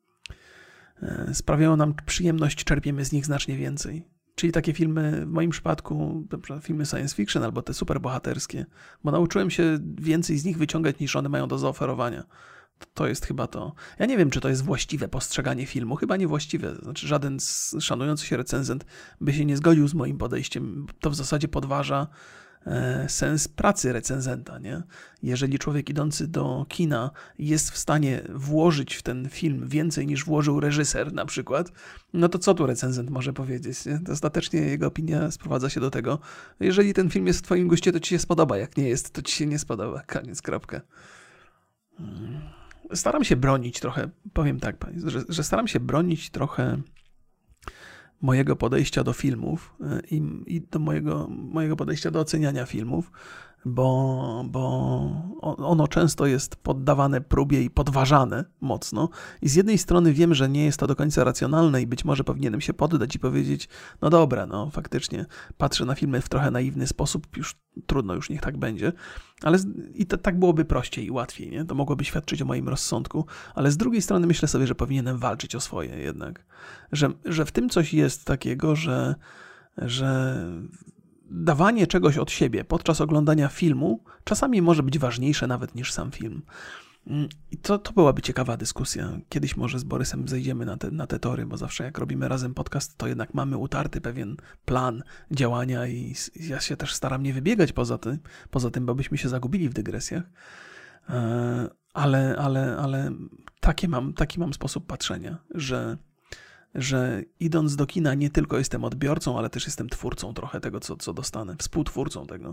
sprawiają nam przyjemność, czerpiemy z nich znacznie więcej. Czyli takie filmy, w moim przypadku, filmy science fiction albo te superbohaterskie, bo nauczyłem się więcej z nich wyciągać niż one mają do zaoferowania. To jest chyba to. Ja nie wiem, czy to jest właściwe postrzeganie filmu. Chyba niewłaściwe. Znaczy, żaden szanujący się recenzent by się nie zgodził z moim podejściem. To w zasadzie podważa sens pracy recenzenta, nie? Jeżeli człowiek idący do kina jest w stanie włożyć w ten film więcej niż włożył reżyser na przykład, no to co tu recenzent może powiedzieć? Nie? To ostatecznie jego opinia sprowadza się do tego, jeżeli ten film jest w twoim guście, to ci się spodoba, jak nie jest, to ci się nie spodoba. Koniec, kropka. Staram się bronić trochę, powiem tak, że staram się bronić trochę mojego podejścia do filmów i do mojego podejścia do oceniania filmów, bo ono często jest poddawane próbie i podważane mocno. I z jednej strony wiem, że nie jest to do końca racjonalne i być może powinienem się poddać i powiedzieć, no dobra, no faktycznie patrzę na filmy w trochę naiwny sposób, już trudno, już niech tak będzie. Ale tak byłoby prościej i łatwiej, nie? To mogłoby świadczyć o moim rozsądku, ale z drugiej strony myślę sobie, że powinienem walczyć o swoje jednak. Że w tym coś jest takiego, że dawanie czegoś od siebie podczas oglądania filmu czasami może być ważniejsze nawet niż sam film. I to byłaby ciekawa dyskusja. Kiedyś może z Borysem zejdziemy na te tory, bo zawsze jak robimy razem podcast, to jednak mamy utarty pewien plan działania i ja się też staram nie wybiegać poza tym, bo byśmy się zagubili w dygresjach. Ale taki mam sposób patrzenia, że idąc do kina nie tylko jestem odbiorcą, ale też jestem twórcą trochę tego, co dostanę, współtwórcą tego.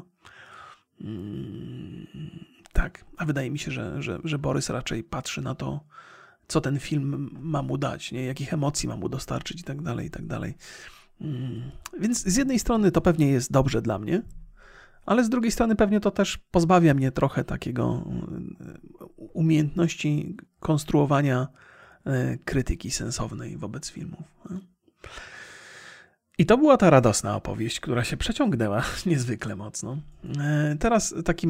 Tak, a wydaje mi się, że Borys raczej patrzy na to, co ten film ma mu dać, nie? Jakich emocji ma mu dostarczyć i tak dalej, i tak dalej. Więc z jednej strony to pewnie jest dobrze dla mnie, ale z drugiej strony pewnie to też pozbawia mnie trochę takiego umiejętności konstruowania krytyki sensownej wobec filmów. I to była ta radosna opowieść, która się przeciągnęła niezwykle mocno. Teraz taki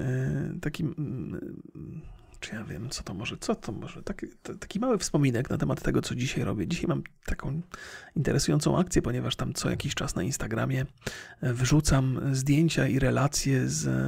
czy ja wiem, co to może, taki mały wspominek na temat tego, co dzisiaj robię. Dzisiaj mam taką interesującą akcję, ponieważ tam co jakiś czas na Instagramie wrzucam zdjęcia i relacje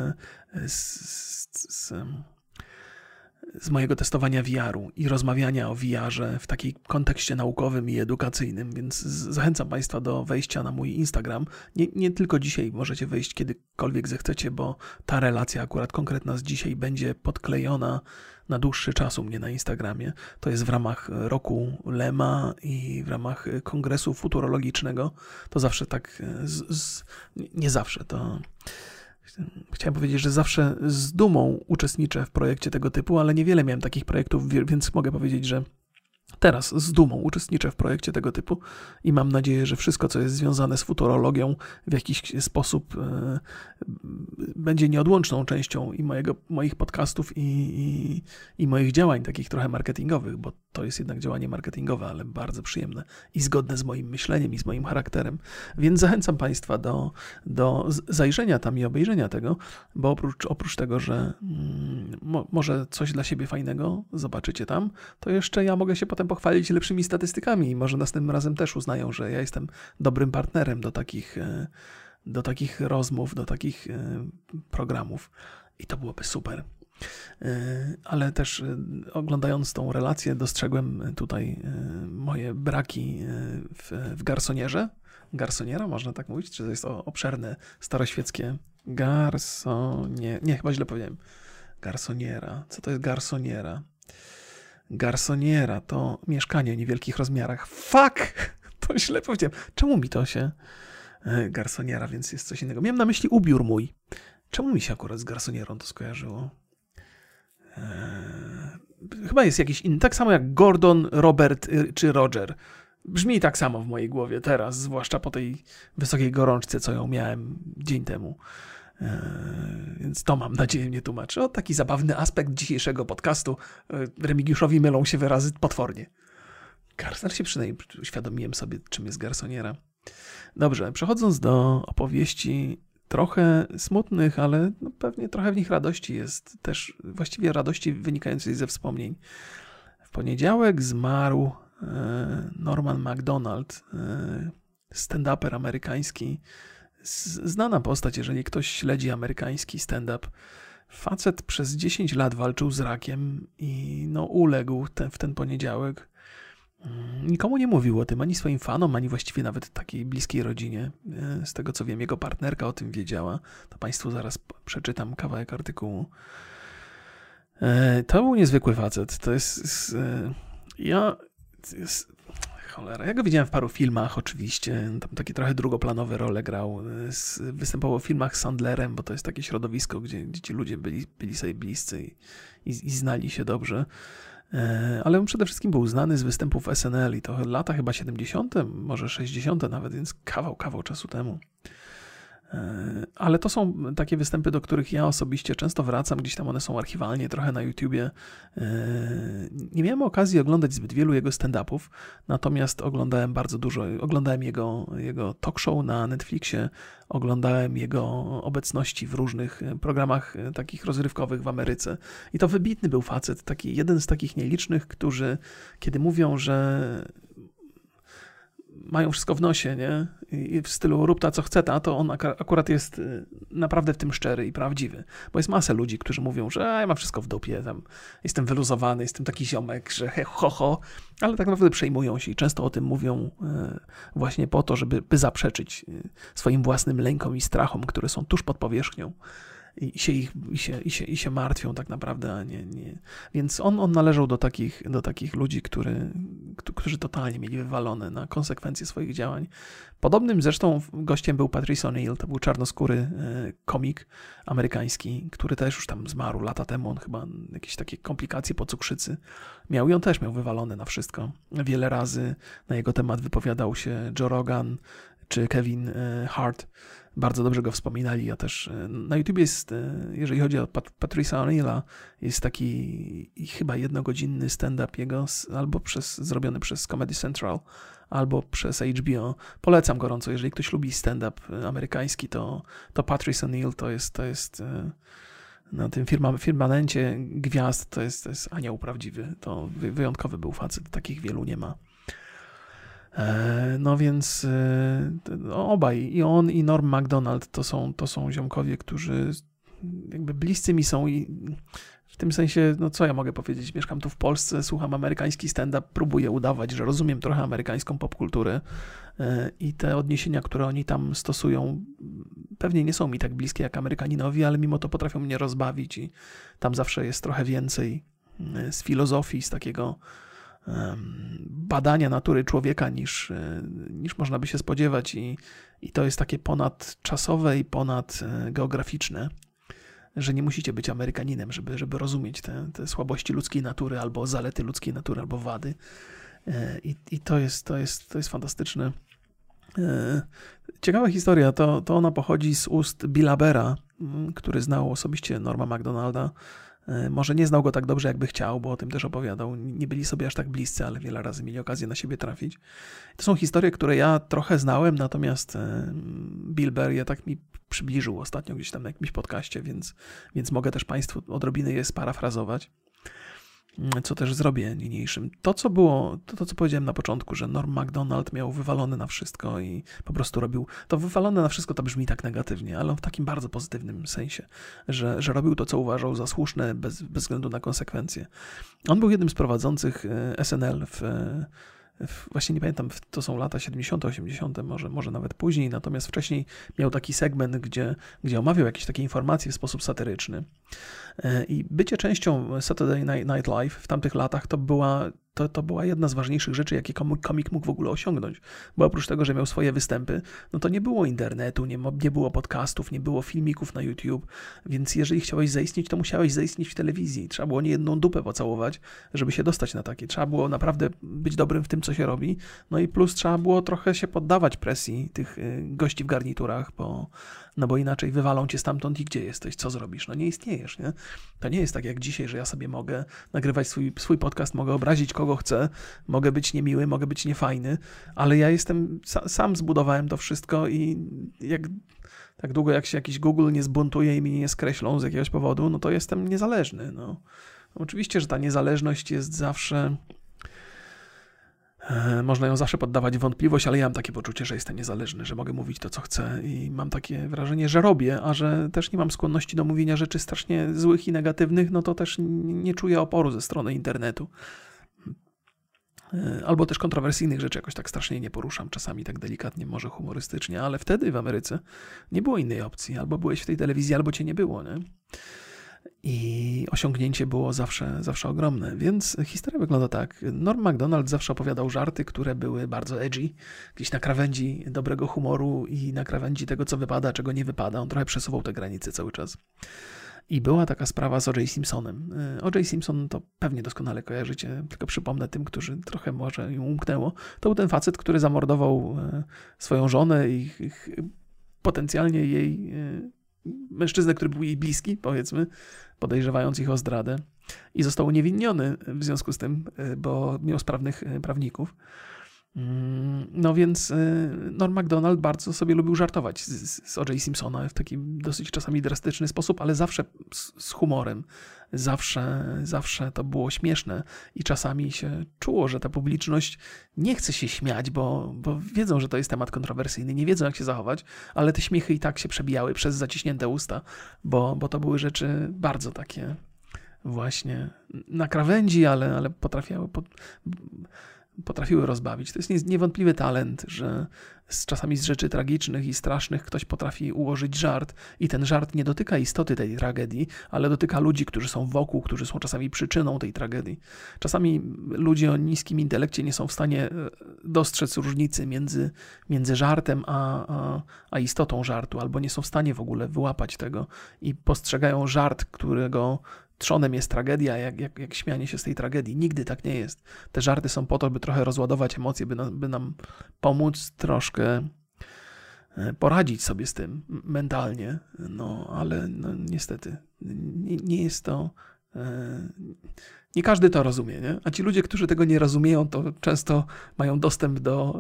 z mojego testowania VR-u i rozmawiania o VR-ze w takim kontekście naukowym i edukacyjnym, więc zachęcam Państwa do wejścia na mój Instagram. Nie tylko dzisiaj, możecie wejść kiedykolwiek zechcecie, bo ta relacja akurat konkretna z dzisiaj będzie podklejona na dłuższy czas u mnie na Instagramie. To jest w ramach roku Lema i w ramach kongresu futurologicznego. To zawsze tak, nie zawsze, to... Chciałem powiedzieć, że zawsze z dumą uczestniczę w projekcie tego typu, ale niewiele miałem takich projektów, więc mogę powiedzieć, że teraz z dumą uczestniczę w projekcie tego typu i mam nadzieję, że wszystko, co jest związane z futurologią, w jakiś sposób będzie nieodłączną częścią i moich podcastów i moich działań takich trochę marketingowych, bo to jest jednak działanie marketingowe, ale bardzo przyjemne i zgodne z moim myśleniem i z moim charakterem. Więc zachęcam Państwa do zajrzenia tam i obejrzenia tego, bo oprócz tego, że może coś dla siebie fajnego zobaczycie tam, to jeszcze ja mogę się potem pochwalić lepszymi statystykami i może następnym razem też uznają, że ja jestem dobrym partnerem do takich rozmów, do takich programów i to byłoby super. Ale też oglądając tą relację dostrzegłem tutaj moje braki w garsonierze. Garsoniera, można tak mówić? Czy to jest obszerne, staroświeckie Nie, chyba źle powiedziałem. Garsoniera. Co to jest garsoniera? Garsoniera to mieszkanie o niewielkich rozmiarach. Fuck! To źle powiedziałem. Czemu mi to się... Garsoniera, więc jest coś innego. Miałem na myśli ubiór mój. Czemu mi się akurat z garsonierą to skojarzyło? Chyba jest jakiś inny. Tak samo jak Gordon, Robert czy Roger. Brzmi tak samo w mojej głowie teraz, zwłaszcza po tej wysokiej gorączce, co ją miałem dzień temu. Więc to mam nadzieję mnie tłumaczy. O, taki zabawny aspekt dzisiejszego podcastu. Remigiuszowi mylą się wyrazy potwornie. Znaczy przynajmniej uświadomiłem sobie, czym jest garsoniera. Dobrze, przechodząc do opowieści trochę smutnych, ale no pewnie trochę w nich radości jest. Też właściwie radości wynikającej ze wspomnień. W poniedziałek zmarł Norman MacDonald, stand-uper amerykański, znana postać, jeżeli ktoś śledzi amerykański stand-up. Facet przez 10 lat walczył z rakiem i no uległ w ten poniedziałek. Nikomu nie mówił o tym, ani swoim fanom, ani właściwie nawet takiej bliskiej rodzinie. Z tego co wiem, jego partnerka o tym wiedziała. To Państwu zaraz przeczytam kawałek artykułu. To był niezwykły facet. To jest... Cholera, ja go widziałem w paru filmach oczywiście, tam takie trochę drugoplanowe role grał, występował w filmach z Sandlerem, bo to jest takie środowisko, gdzie ci ludzie byli sobie bliscy i znali się dobrze, ale on przede wszystkim był znany z występów SNL i to lata chyba 70., może 60. nawet, więc kawał czasu temu. Ale to są takie występy, do których ja osobiście często wracam, gdzieś tam one są archiwalnie, trochę na YouTubie. Nie miałem okazji oglądać zbyt wielu jego stand-upów, natomiast oglądałem bardzo dużo, oglądałem jego talk show na Netflixie, oglądałem jego obecności w różnych programach takich rozrywkowych w Ameryce i to wybitny był facet, jeden z takich nielicznych, którzy kiedy mówią, że mają wszystko w nosie, nie? I w stylu rób ta co chce ta, to on akurat jest naprawdę w tym szczery i prawdziwy. Bo jest masę ludzi, którzy mówią, że ja mam wszystko w dupie, tam jestem wyluzowany, jestem taki ziomek, że ho, ale tak naprawdę przejmują się i często o tym mówią właśnie po to, żeby zaprzeczyć swoim własnym lękom i strachom, które są tuż pod powierzchnią. I się martwią tak naprawdę, a nie. Więc on należał do takich ludzi, którzy totalnie mieli wywalone na konsekwencje swoich działań. Podobnym zresztą gościem był Patrice O'Neal, to był czarnoskóry komik amerykański, który też już tam zmarł lata temu. On chyba jakieś takie komplikacje po cukrzycy miał i on też miał wywalone na wszystko. Wiele razy na jego temat wypowiadał się Joe Rogan czy Kevin Hart. Bardzo dobrze go wspominali. Ja też na YouTube jest, jeżeli chodzi o Patrice'a O'Neala, jest taki chyba jednogodzinny stand-up jego, albo zrobiony przez Comedy Central, albo przez HBO. Polecam gorąco, jeżeli ktoś lubi stand-up amerykański, to Patrice O'Neal to jest na tym firmamencie gwiazd, to jest anioł prawdziwy. To wyjątkowy był facet, takich wielu nie ma. No więc obaj, i on, i Norm Macdonald to są ziomkowie, którzy jakby bliscy mi są i w tym sensie, no co ja mogę powiedzieć, mieszkam tu w Polsce, słucham amerykański stand-up, próbuję udawać, że rozumiem trochę amerykańską popkulturę i te odniesienia, które oni tam stosują, pewnie nie są mi tak bliskie jak Amerykaninowi, ale mimo to potrafią mnie rozbawić i tam zawsze jest trochę więcej z filozofii, z takiego badania natury człowieka niż można by się spodziewać i to jest takie ponadczasowe i ponadgeograficzne, że nie musicie być Amerykaninem, żeby rozumieć te słabości ludzkiej natury albo zalety ludzkiej natury albo wady i to jest fantastyczne. Ciekawa historia, to ona pochodzi z ust Billa Bera, który znał osobiście Norma Macdonalda. Może nie znał go tak dobrze, jakby chciał, bo o tym też opowiadał. Nie byli sobie aż tak bliscy, ale wiele razy mieli okazję na siebie trafić. To są historie, które ja trochę znałem, natomiast Bill Burr je tak mi przybliżył ostatnio gdzieś tam na jakimś podcaście, więc mogę też Państwu odrobinę je sparafrazować, co też zrobię niniejszym. To, co powiedziałem na początku, że Norm Macdonald miał wywalone na wszystko i po prostu robił... To wywalone na wszystko to brzmi tak negatywnie, ale w takim bardzo pozytywnym sensie, że robił to, co uważał za słuszne bez względu na konsekwencje. On był jednym z prowadzących SNL właśnie nie pamiętam, to są lata 70., 80., może nawet później, natomiast wcześniej miał taki segment, gdzie omawiał jakieś takie informacje w sposób satyryczny. I bycie częścią Saturday Night Live w tamtych latach to była jedna z ważniejszych rzeczy, jakie komik mógł w ogóle osiągnąć. Bo oprócz tego, że miał swoje występy, no to nie było internetu, nie było podcastów, nie było filmików na YouTube, więc jeżeli chciałeś zaistnieć, to musiałeś zaistnieć w telewizji. Trzeba było nie jedną dupę pocałować, żeby się dostać na takie. Trzeba było naprawdę być dobrym w tym, co się robi. No i plus trzeba było trochę się poddawać presji tych gości w garniturach, bo inaczej wywalą cię stamtąd i gdzie jesteś, co zrobisz? No nie istniejesz, nie? To nie jest tak jak dzisiaj, że ja sobie mogę nagrywać swój podcast, mogę obrazić kogo chcę, mogę być niemiły, mogę być niefajny, ale ja sam zbudowałem to wszystko i tak długo jak się jakiś Google nie zbuntuje i mnie nie skreślą z jakiegoś powodu, no to jestem niezależny. No. Oczywiście, że ta niezależność jest zawsze... Można ją zawsze poddawać w wątpliwość, ale ja mam takie poczucie, że jestem niezależny, że mogę mówić to, co chcę i mam takie wrażenie, że robię, a że też nie mam skłonności do mówienia rzeczy strasznie złych i negatywnych, no to też nie czuję oporu ze strony internetu. Albo też kontrowersyjnych rzeczy jakoś tak strasznie nie poruszam, czasami tak delikatnie, może humorystycznie, ale wtedy w Ameryce nie było innej opcji. Albo byłeś w tej telewizji, albo cię nie było, nie? I osiągnięcie było zawsze ogromne. Więc historia wygląda tak. Norm Macdonald zawsze opowiadał żarty, które były bardzo edgy, gdzieś na krawędzi dobrego humoru i na krawędzi tego, co wypada, czego nie wypada. On trochę przesuwał te granice cały czas. I była taka sprawa z O.J. Simpsonem. O.J. Simpson to pewnie doskonale kojarzycie, tylko przypomnę tym, którzy trochę może im umknęło. To był ten facet, który zamordował swoją żonę i potencjalnie jej mężczyznę, który był jej bliski, powiedzmy, podejrzewając ich o zdradę. I został uniewinniony w związku z tym, bo miał sprawnych prawników. No więc Norm Macdonald bardzo sobie lubił żartować z O.J. Simpsona w taki dosyć czasami drastyczny sposób, ale zawsze z humorem. Zawsze to było śmieszne i czasami się czuło, że ta publiczność nie chce się śmiać, bo wiedzą, że to jest temat kontrowersyjny, nie wiedzą, jak się zachować, ale te śmiechy i tak się przebijały przez zaciśnięte usta, bo to były rzeczy bardzo takie właśnie na krawędzi, ale potrafiały potrafiły rozbawić. To jest niewątpliwy talent, że czasami z rzeczy tragicznych i strasznych ktoś potrafi ułożyć żart i ten żart nie dotyka istoty tej tragedii, ale dotyka ludzi, którzy są wokół, którzy są czasami przyczyną tej tragedii. Czasami ludzie o niskim intelekcie nie są w stanie dostrzec różnicy między żartem a istotą żartu, albo nie są w stanie w ogóle wyłapać tego i postrzegają żart, którego trzonem jest tragedia, jak śmianie się z tej tragedii. Nigdy tak nie jest. Te żarty są po to, by trochę rozładować emocje, by nam pomóc troszkę poradzić sobie z tym mentalnie. No, ale no, niestety nie jest to... Nie każdy to rozumie, nie? A ci ludzie, którzy tego nie rozumieją, to często mają dostęp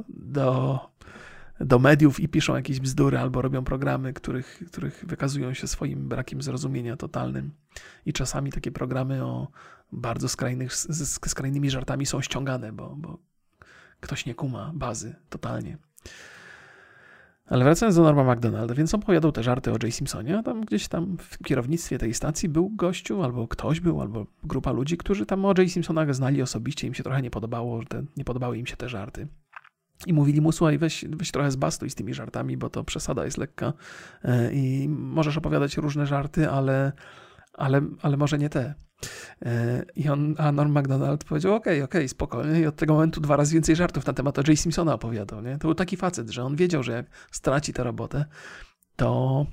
do mediów i piszą jakieś bzdury albo robią programy, których wykazują się swoim brakiem zrozumienia totalnym. I czasami takie programy o bardzo skrajnymi żartami są ściągane, bo ktoś nie kuma bazy totalnie. Ale wracając do Norma MacDonalda, więc opowiadał te żarty o J. Simpsonie, a tam gdzieś tam w kierownictwie tej stacji był gościu, albo ktoś był, albo grupa ludzi, którzy tam o J. Simpsonach znali osobiście, im się trochę nie podobały im się te żarty. I mówili mu, słuchaj, weź trochę zbastuj z tymi żartami, bo to przesada jest lekka i możesz opowiadać różne żarty, ale może nie te. A Norm MacDonald powiedział, okej, spokojnie. I od tego momentu 2 razy więcej żartów na temat o J. Simpsona opowiadał. Nie? To był taki facet, że on wiedział, że jak straci tę robotę, to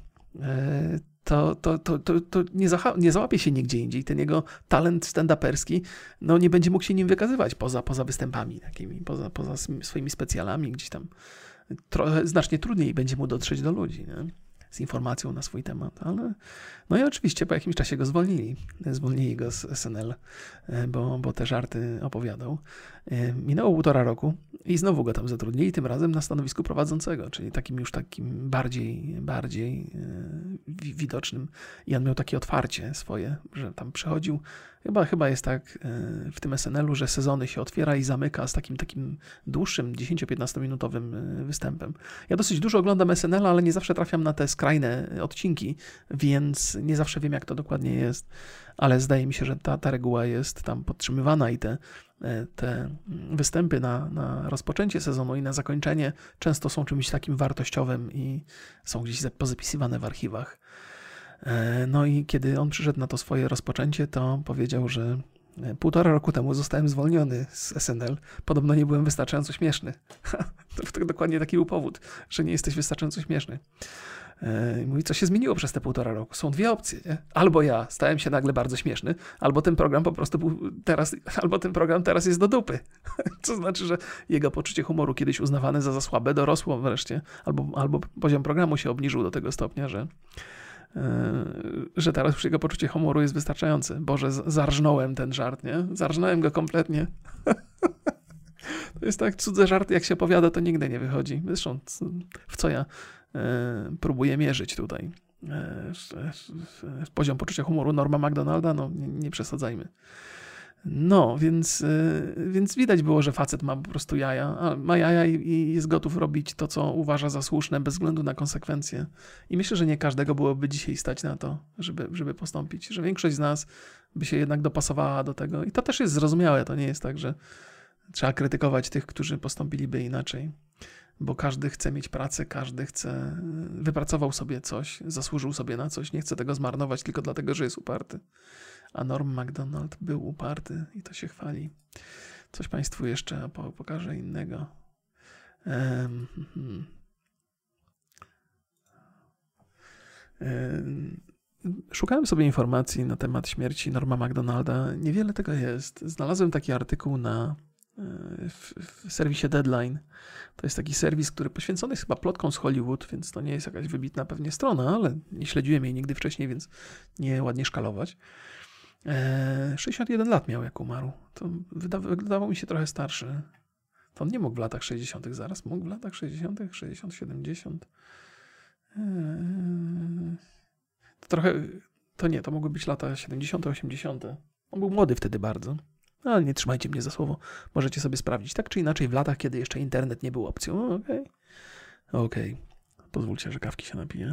nie załapie się nigdzie indziej. Ten jego talent stand-uperski nie będzie mógł się nim wykazywać poza występami takimi, poza swoimi specjalami gdzieś tam. Znacznie trudniej będzie mu dotrzeć do ludzi, nie? Z informacją na swój temat, ale no i oczywiście po jakimś czasie go zwolnili. Zwolnili go z SNL, bo te żarty opowiadał. Minęło 1,5 roku i znowu go tam zatrudnili, tym razem na stanowisku prowadzącego, czyli takim bardziej widocznym. I on miał takie otwarcie swoje, że tam przychodził. Chyba jest tak w tym SNL-u, że sezony się otwiera i zamyka z takim dłuższym, 10-15 minutowym występem. Ja dosyć dużo oglądam SNL, ale nie zawsze trafiam na te skrajne odcinki, więc nie zawsze wiem, jak to dokładnie jest, ale zdaje mi się, że ta reguła jest tam podtrzymywana i te występy na rozpoczęcie sezonu i na zakończenie często są czymś takim wartościowym i są gdzieś pozapisywane w archiwach. No i kiedy on przyszedł na to swoje rozpoczęcie, to powiedział, że 1,5 roku temu zostałem zwolniony z SNL. Podobno nie byłem wystarczająco śmieszny. To dokładnie taki był powód, że nie jesteś wystarczająco śmieszny. Mówi, co się zmieniło przez te 1,5 roku? Są 2 opcje, nie? Albo ja stałem się nagle bardzo śmieszny, albo ten program po prostu albo ten program teraz jest do dupy. Co znaczy, że jego poczucie humoru kiedyś uznawane za słabe dorosło wreszcie, albo poziom programu się obniżył do tego stopnia, że teraz już jego poczucie humoru jest wystarczające. Boże, zarżnąłem ten żart, nie? Zarżnąłem go kompletnie. To jest tak, cudze żarty, jak się opowiada, to nigdy nie wychodzi. Zresztą, w co ja próbuję mierzyć tutaj? Poziom poczucia humoru Norma MacDonalda? No, nie przesadzajmy. No, więc widać było, że facet ma po prostu jaja i jest gotów robić to, co uważa za słuszne, bez względu na konsekwencje. I myślę, że nie każdego byłoby dzisiaj stać na to, żeby postąpić, że większość z nas by się jednak dopasowała do tego. I to też jest zrozumiałe, to nie jest tak, że trzeba krytykować tych, którzy postąpiliby inaczej. Bo każdy chce mieć pracę, każdy wypracował sobie coś, zasłużył sobie na coś, nie chce tego zmarnować tylko dlatego, że jest uparty. A Norm MacDonald był uparty i to się chwali. Coś Państwu jeszcze pokażę innego. Szukałem sobie informacji na temat śmierci Norma MacDonalda. Niewiele tego jest. Znalazłem taki artykuł w serwisie Deadline. To jest taki serwis, który poświęcony jest chyba plotkom z Hollywood, więc to nie jest jakaś wybitna pewnie strona, ale nie śledziłem jej nigdy wcześniej, więc nie ładnie szkalować. 61 lat miał, jak umarł. To wydawał mi się trochę starszy. To on nie mógł w latach 60. zaraz. Mógł w latach 60., 60, 70. To mogły być lata 70., 80. On był młody wtedy bardzo. Ale nie trzymajcie mnie za słowo. Możecie sobie sprawdzić. Tak czy inaczej w latach, kiedy jeszcze internet nie był opcją. Okej. Pozwólcie, że kawki się napiję.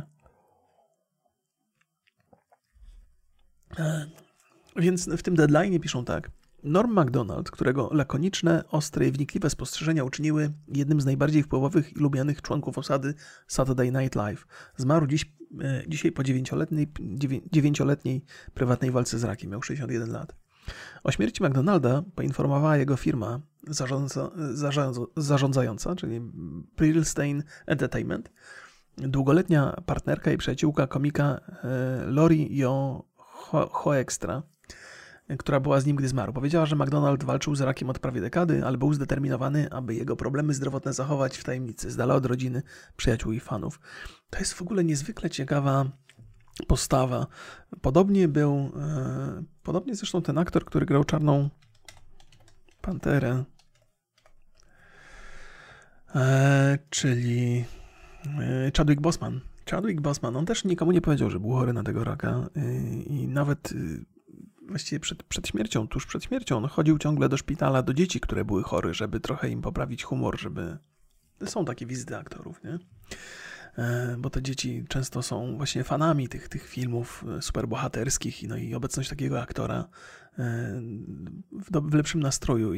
Więc w tym deadline piszą tak. Norm Macdonald, którego lakoniczne, ostre i wnikliwe spostrzeżenia uczyniły jednym z najbardziej wpływowych i lubianych członków osady Saturday Night Live, zmarł dzisiaj po 9-letniej prywatnej walce z rakiem. Miał 61 lat. O śmierci McDonalda poinformowała jego firma zarządzająca, czyli Brillstein Entertainment, długoletnia partnerka i przyjaciółka komika Lori Hoekstra, która była z nim, gdy zmarł. Powiedziała, że McDonald walczył z rakiem od prawie dekady, ale był zdeterminowany, aby jego problemy zdrowotne zachować w tajemnicy, z dala od rodziny, przyjaciół i fanów. To jest w ogóle niezwykle ciekawa postawa. Podobnie zresztą ten aktor, który grał Czarną Panterę, czyli Chadwick Boseman. Chadwick Boseman, on też nikomu nie powiedział, że był chory na tego raka i nawet właściwie przed śmiercią, tuż przed śmiercią, on chodził ciągle do szpitala do dzieci, które były chore, żeby trochę im poprawić humor, żeby... Są takie wizyty aktorów, nie? Bo te dzieci często są właśnie fanami tych filmów superbohaterskich i obecność takiego aktora w lepszym nastroju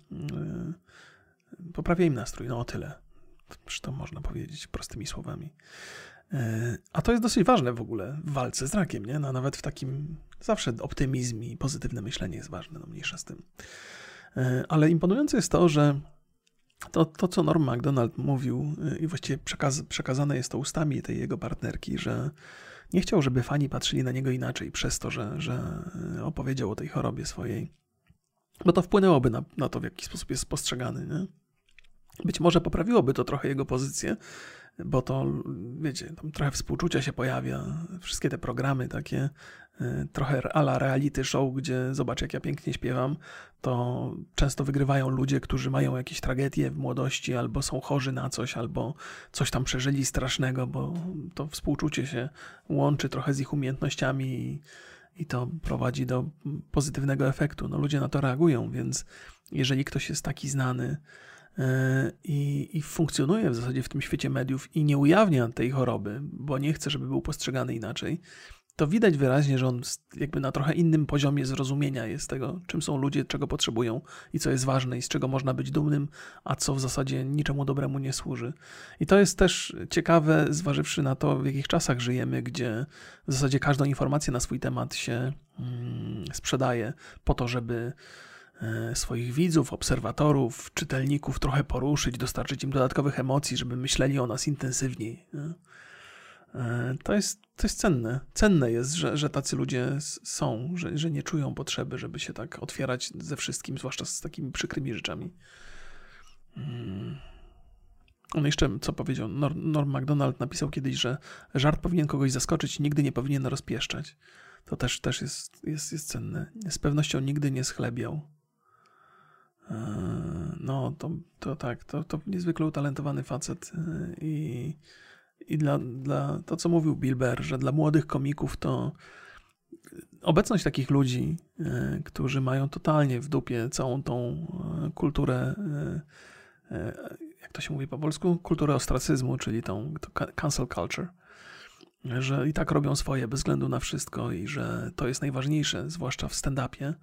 poprawia im nastrój, o tyle. To można powiedzieć prostymi słowami. A to jest dosyć ważne w ogóle w walce z rakiem, nie? Nawet w takim zawsze optymizm i pozytywne myślenie jest ważne, mniejsza z tym. Ale imponujące jest to, że to, co Norm Macdonald mówił i właściwie przekazane jest to ustami tej jego partnerki, że nie chciał, żeby fani patrzyli na niego inaczej przez to, że opowiedział o tej chorobie swojej, bo to wpłynęłoby na to, w jaki sposób jest postrzegany. Nie? Być może poprawiłoby to trochę jego pozycję, bo to, wiecie, tam trochę współczucia się pojawia, wszystkie te programy takie, trochę a la reality show, gdzie zobacz, jak ja pięknie śpiewam, to często wygrywają ludzie, którzy mają jakieś tragedie w młodości, albo są chorzy na coś, albo coś tam przeżyli strasznego, bo to współczucie się łączy trochę z ich umiejętnościami i to prowadzi do pozytywnego efektu. No, ludzie na to reagują, więc jeżeli ktoś jest taki znany, i funkcjonuje w zasadzie w tym świecie mediów i nie ujawnia tej choroby, bo nie chce, żeby był postrzegany inaczej, to widać wyraźnie, że on jakby na trochę innym poziomie zrozumienia jest tego, czym są ludzie, czego potrzebują i co jest ważne i z czego można być dumnym, a co w zasadzie niczemu dobremu nie służy. I to jest też ciekawe, zważywszy na to, w jakich czasach żyjemy, gdzie w zasadzie każdą informację na swój temat się sprzedaje po to, żeby swoich widzów, obserwatorów, czytelników trochę poruszyć, dostarczyć im dodatkowych emocji, żeby myśleli o nas intensywniej. To jest cenne. Cenne jest, że tacy ludzie są, że nie czują potrzeby, żeby się tak otwierać ze wszystkim, zwłaszcza z takimi przykrymi rzeczami. On jeszcze, co powiedział, Norm Macdonald napisał kiedyś, że żart powinien kogoś zaskoczyć, nigdy nie powinien rozpieszczać. To też jest cenne. Z pewnością nigdy nie schlebiał. No, to niezwykle utalentowany facet i dla to, co mówił Bill Burr, że dla młodych komików to obecność takich ludzi, którzy mają totalnie w dupie całą tą kulturę, jak to się mówi po polsku, kulturę ostracyzmu, czyli to cancel culture, że i tak robią swoje bez względu na wszystko i że to jest najważniejsze, zwłaszcza w stand-upie,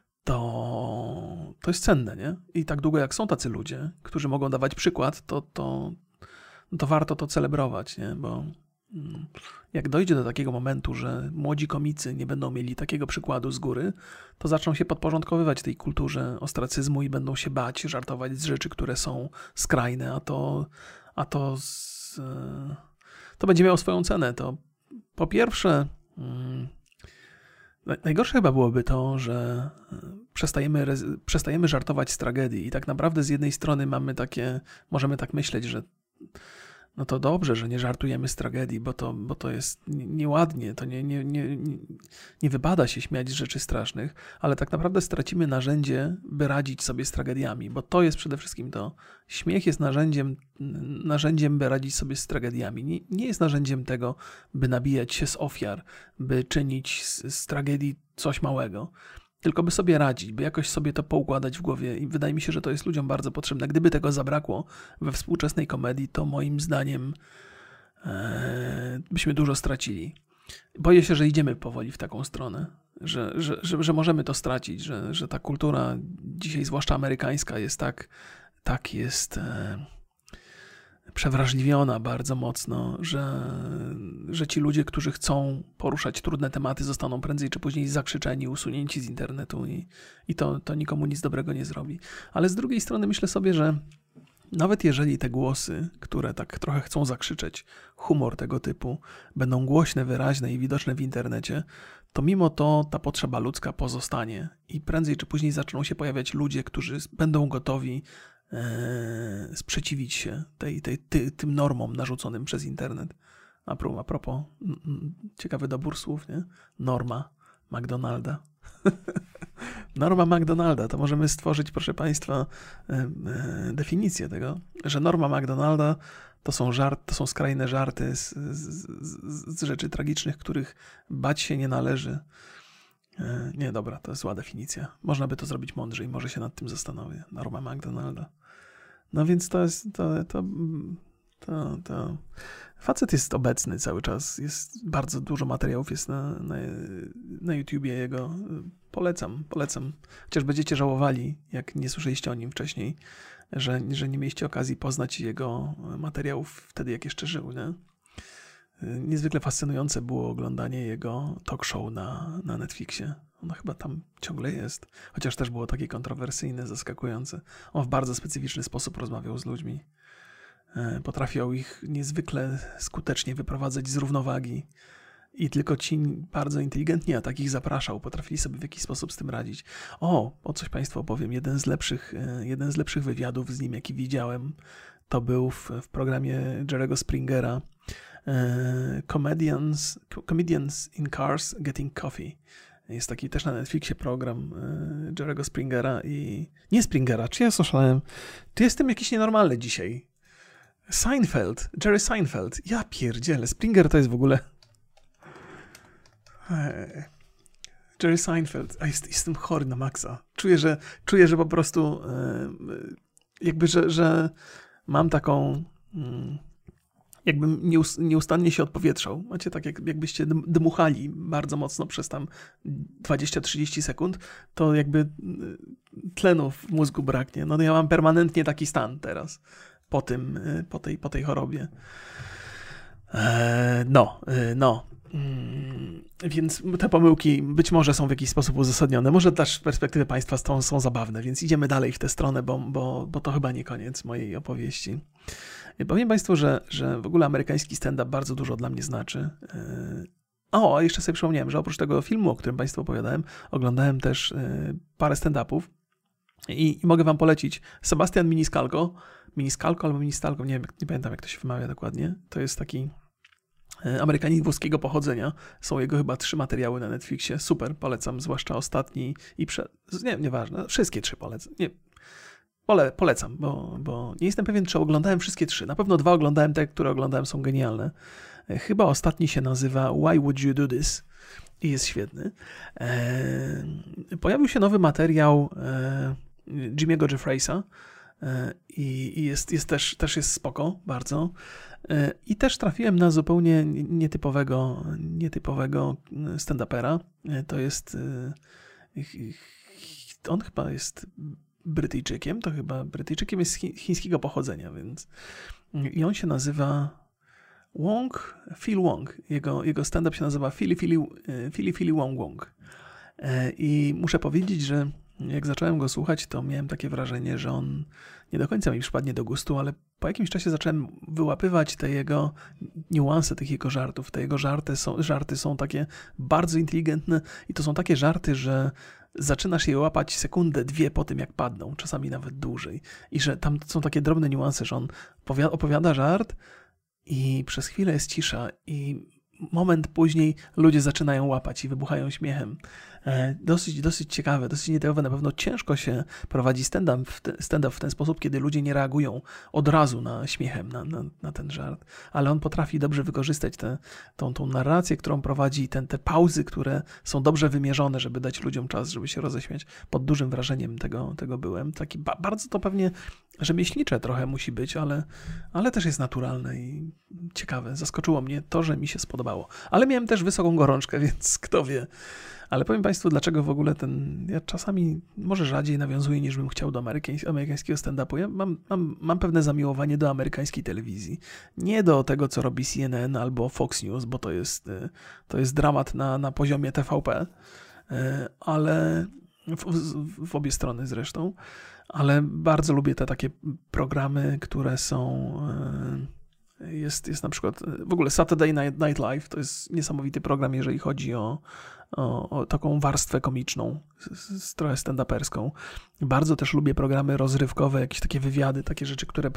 to jest cenne, nie? I tak długo jak są tacy ludzie, którzy mogą dawać przykład, to warto to celebrować, nie? Bo jak dojdzie do takiego momentu, że młodzi komicy nie będą mieli takiego przykładu z góry, to zaczną się podporządkowywać tej kulturze ostracyzmu i będą się bać, żartować z rzeczy, które są skrajne, to będzie miało swoją cenę. To po pierwsze, najgorsze chyba byłoby to, że przestajemy żartować z tragedii i tak naprawdę z jednej strony możemy tak myśleć, że no to dobrze, że nie żartujemy z tragedii, bo to jest nieładnie, to nie wypada się śmiać z rzeczy strasznych, ale tak naprawdę stracimy narzędzie, by radzić sobie z tragediami, bo to jest przede wszystkim to. Śmiech jest narzędziem, by radzić sobie z tragediami. Nie jest narzędziem tego, by nabijać się z ofiar, by czynić z tragedii coś małego. Tylko by sobie radzić, by jakoś sobie to poukładać w głowie i wydaje mi się, że to jest ludziom bardzo potrzebne. Gdyby tego zabrakło we współczesnej komedii, to moim zdaniem byśmy dużo stracili. boję się, że idziemy powoli w taką stronę, że możemy to stracić, że ta kultura dzisiaj, zwłaszcza amerykańska, jest tak jest przewrażliwiona bardzo mocno, że ci ludzie, którzy chcą poruszać trudne tematy, zostaną prędzej czy później zakrzyczeni, usunięci z internetu i to nikomu nic dobrego nie zrobi. Ale z drugiej strony myślę sobie, że nawet jeżeli te głosy, które tak trochę chcą zakrzyczeć, humor tego typu, będą głośne, wyraźne i widoczne w internecie, to mimo to ta potrzeba ludzka pozostanie i prędzej czy później zaczną się pojawiać ludzie, którzy będą gotowi sprzeciwić się tym normom narzuconym przez internet. A propos, ciekawy dobór słów, nie? Norma McDonalda. Norma McDonalda, to możemy stworzyć, proszę Państwa, definicję tego, że norma McDonalda to są skrajne żarty z rzeczy tragicznych, których bać się nie należy. Nie, dobra, to jest zła definicja. Można by to zrobić mądrzej, może się nad tym zastanowię. Norma McDonalda. No więc to jest to. Facet jest obecny cały czas. Jest bardzo dużo materiałów jest na YouTubie jego. Polecam. Chociaż będziecie żałowali, jak nie słyszeliście o nim wcześniej, że nie mieliście okazji poznać jego materiałów wtedy, jak jeszcze żył, nie? Niezwykle fascynujące było oglądanie jego talk show na Netflixie. Ono chyba tam ciągle jest, chociaż też było takie kontrowersyjne, zaskakujące. On w bardzo specyficzny sposób rozmawiał z ludźmi. Potrafił ich niezwykle skutecznie wyprowadzać z równowagi i tylko ci bardzo inteligentni, a takich zapraszał, potrafili sobie w jakiś sposób z tym radzić. O coś Państwu opowiem. Jeden z lepszych wywiadów z nim, jaki widziałem, to był w programie Jerry'ego Springera Comedians in Cars Getting Coffee. Jest taki też na Netflixie program Jerry'ego Springera i... Nie Springera, czy ja słyszałem? Ty jestem jakiś nienormalny dzisiaj. Jerry Seinfeld. Ja pierdzielę, Springer to jest w ogóle... Jerry Seinfeld. Jestem chory na maksa. Czuję, że po prostu jakby, że mam taką... Jakbym nieustannie się odpowietrzał. Macie tak, jakbyście dmuchali bardzo mocno przez tam 20-30 sekund, to jakby tlenu w mózgu braknie. No ja mam permanentnie taki stan teraz po tej chorobie. Więc te pomyłki być może są w jakiś sposób uzasadnione. Może też z perspektywy państwa są zabawne, więc idziemy dalej w tę stronę, bo to chyba nie koniec mojej opowieści. Powiem Państwu, że w ogóle amerykański stand-up bardzo dużo dla mnie znaczy. A jeszcze sobie przypomniałem, że oprócz tego filmu, o którym Państwu opowiadałem, oglądałem też parę stand-upów i mogę Wam polecić Sebastian Maniscalco albo Ministalco, nie pamiętam jak to się wymawia dokładnie. To jest taki Amerykanin włoskiego pochodzenia. Są jego chyba 3 materiały na Netflixie. Super, polecam, zwłaszcza ostatni i nieważne, wszystkie 3 polecam. Polecam, bo nie jestem pewien, czy oglądałem wszystkie 3. Na pewno 2 oglądałem, te, które oglądałem są genialne. Chyba ostatni się nazywa Why Would You Do This? I jest świetny. Pojawił się nowy materiał Jimmy'ego Jeffreysa i też jest spoko, bardzo. I też trafiłem na zupełnie nietypowego stand-upera. To jest... On chyba jest Brytyjczykiem, jest chińskiego pochodzenia, więc... I on się nazywa Phil Wong. Jego stand-up się nazywa Philly Wong. I muszę powiedzieć, że jak zacząłem go słuchać, to miałem takie wrażenie, że on nie do końca mi przypadnie do gustu, ale po jakimś czasie zacząłem wyłapywać te jego niuanse tych jego żartów. Te jego żarty są takie bardzo inteligentne i to są takie żarty, że zaczynasz je łapać sekundę, 2 po tym, jak padną, czasami nawet dłużej. I że tam są takie drobne niuanse, że on opowiada żart i przez chwilę jest cisza i moment później ludzie zaczynają łapać i wybuchają śmiechem. Dosyć ciekawe, dosyć nietypowe. Na pewno ciężko się prowadzi stand-up w ten sposób, kiedy ludzie nie reagują od razu śmiechem na ten żart. Ale on potrafi dobrze wykorzystać tą narrację, którą prowadzi, te pauzy, które są dobrze wymierzone, żeby dać ludziom czas, żeby się roześmiać. Pod dużym wrażeniem tego byłem. Taki bardzo to pewnie rzemieślnicze trochę musi być, ale też jest naturalne i ciekawe. Zaskoczyło mnie to, że mi się spodobało. podobało. Ale miałem też wysoką gorączkę, więc kto wie. Ale powiem Państwu, dlaczego w ogóle ja czasami, może rzadziej nawiązuję, niż bym chciał do amerykańskiego stand-upu. Ja mam pewne zamiłowanie do amerykańskiej telewizji. Nie do tego, co robi CNN albo Fox News, bo to jest dramat na poziomie TVP, ale w obie strony zresztą. Ale bardzo lubię te takie programy, które są... Jest na przykład w ogóle Saturday Night Live, to jest niesamowity program, jeżeli chodzi o taką warstwę komiczną, trochę stand-uperską. Bardzo też lubię programy rozrywkowe, jakieś takie wywiady, takie rzeczy, które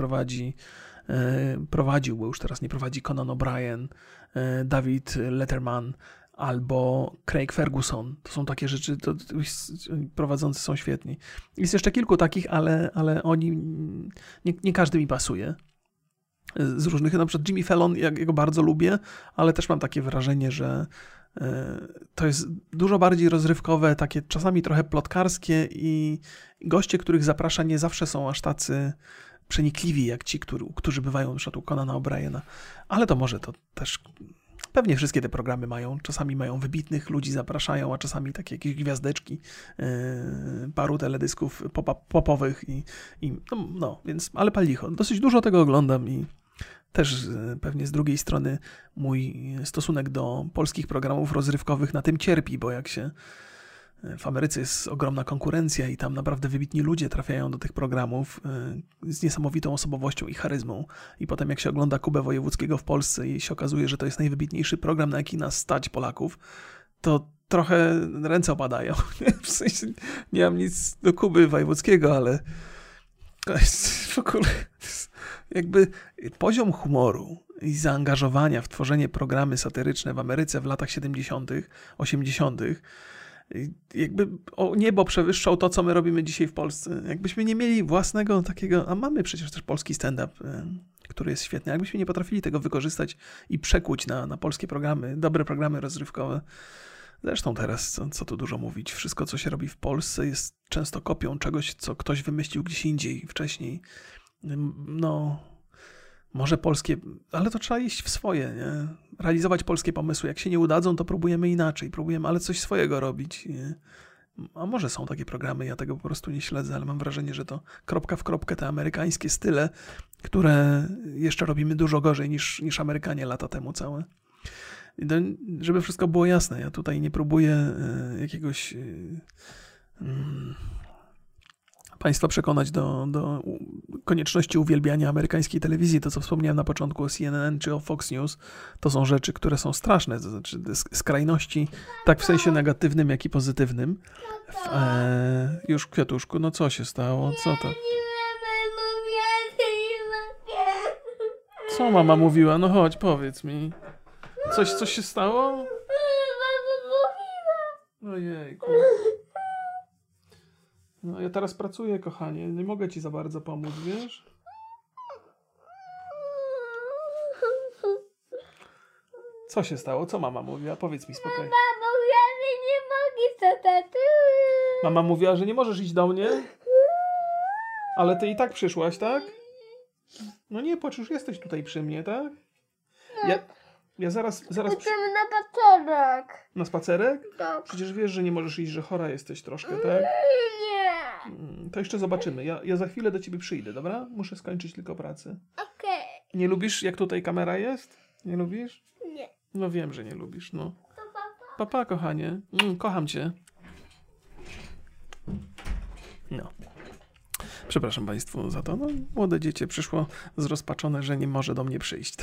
prowadził, bo już teraz nie prowadzi, Conan O'Brien, David Letterman albo Craig Ferguson. To są takie rzeczy, prowadzący są świetni. Jest jeszcze kilku takich, ale oni, nie każdy mi pasuje. Z różnych, na przykład Jimmy Fallon, ja go bardzo lubię, ale też mam takie wrażenie, że to jest dużo bardziej rozrywkowe, takie czasami trochę plotkarskie i goście, których zaprasza, nie zawsze są aż tacy przenikliwi jak ci, którzy bywają na przykład u Conana O'Briena. Ale to może to też... Pewnie wszystkie te programy czasami mają wybitnych ludzi, zapraszają, a czasami takie jakieś gwiazdeczki, paru teledysków popowych więc, ale pal licho. Dosyć dużo tego oglądam i też pewnie z drugiej strony mój stosunek do polskich programów rozrywkowych na tym cierpi, bo jak się w Ameryce jest ogromna konkurencja i tam naprawdę wybitni ludzie trafiają do tych programów z niesamowitą osobowością i charyzmą. I potem jak się ogląda Kubę Wojewódzkiego w Polsce i się okazuje, że to jest najwybitniejszy program, na jaki nas stać Polaków, to trochę ręce opadają. W sensie nie mam nic do Kuby Wojewódzkiego, ale w ogóle jakby poziom humoru i zaangażowania w tworzenie programy satyryczne w Ameryce w latach 70., 80., jakby o niebo przewyższał to, co my robimy dzisiaj w Polsce. Jakbyśmy nie mieli własnego takiego, a mamy przecież też polski stand-up, który jest świetny, jakbyśmy nie potrafili tego wykorzystać i przekuć na polskie programy, dobre programy rozrywkowe. Zresztą teraz, co tu dużo mówić, wszystko, co się robi w Polsce, jest często kopią czegoś, co ktoś wymyślił gdzieś indziej, wcześniej. Może polskie, ale to trzeba iść w swoje, nie? Realizować polskie pomysły. Jak się nie udadzą, to próbujemy inaczej, ale coś swojego robić. Nie? A może są takie programy, ja tego po prostu nie śledzę, ale mam wrażenie, że to kropka w kropkę te amerykańskie style, które jeszcze robimy dużo gorzej niż Amerykanie lata temu całe. Żeby wszystko było jasne, ja tutaj nie próbuję jakiegoś Państwa przekonać do konieczności uwielbiania amerykańskiej telewizji. To, co wspomniałem na początku o CNN czy o Fox News, to są rzeczy, które są straszne, to znaczy skrajności, tak w sensie negatywnym, jak i pozytywnym. Już, Kwiatuszku, no co się stało? Co to? Co mama mówiła? No chodź, powiedz mi. Coś się stało? Ojejku. No ja teraz pracuję, kochanie. Nie mogę ci za bardzo pomóc, wiesz? Co się stało? Co mama mówiła? Powiedz mi spokojnie. Mama mówiła, że nie mogę co taty. Mama mówiła, że nie możesz iść do mnie? Ale ty i tak przyszłaś, tak? No nie płacz, już jesteś tutaj przy mnie, tak? Ja zaraz... Idziemy na spacerek. Na spacerek? Tak. Przecież wiesz, że nie możesz iść, że chora jesteś troszkę, tak? Nie. To jeszcze zobaczymy. Ja za chwilę do ciebie przyjdę, dobra? Muszę skończyć tylko pracę. Okej. Nie lubisz, jak tutaj kamera jest? Nie lubisz? Nie. No wiem, że nie lubisz, no. To papa. Papa, kochanie. Kocham cię. No. Przepraszam Państwu za to. No, młode dziecię przyszło zrozpaczone, że nie może do mnie przyjść.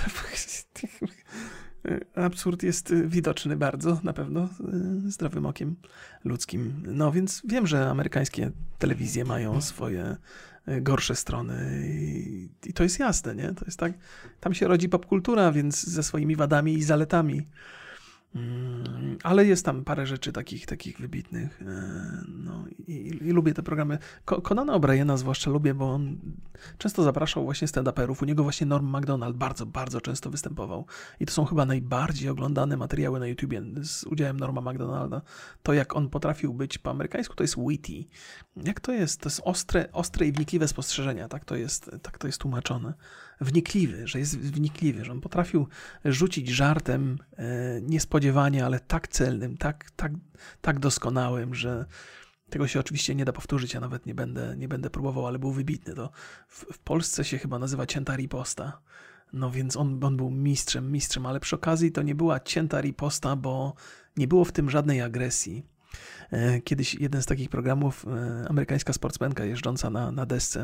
Absurd jest widoczny bardzo, na pewno, zdrowym okiem ludzkim. No więc wiem, że amerykańskie telewizje mają swoje gorsze strony i to jest jasne, nie? To jest tak, tam się rodzi popkultura, więc ze swoimi wadami i zaletami. Ale jest tam parę rzeczy takich wybitnych. No, i lubię te programy. Conana O'Briena zwłaszcza lubię, bo on często zapraszał właśnie stand-uperów. U niego właśnie Norm Macdonald bardzo, bardzo często występował. I to są chyba najbardziej oglądane materiały na YouTubie z udziałem Norma Macdonalda. To, jak on potrafił być po amerykańsku, to jest witty. Jak to jest? To jest ostre i wnikliwe spostrzeżenia. Tak to jest tłumaczone. Wnikliwy, że jest wnikliwy, że on potrafił rzucić żartem niespodziewanie, ale tak celnym, tak doskonałym, że tego się oczywiście nie da powtórzyć, ja nawet nie będę próbował, ale był wybitny. To w Polsce się chyba nazywa cięta riposta. No więc on był mistrzem, ale przy okazji to nie była cięta riposta, bo nie było w tym żadnej agresji. Kiedyś jeden z takich programów, amerykańska sportsmenka jeżdżąca na desce,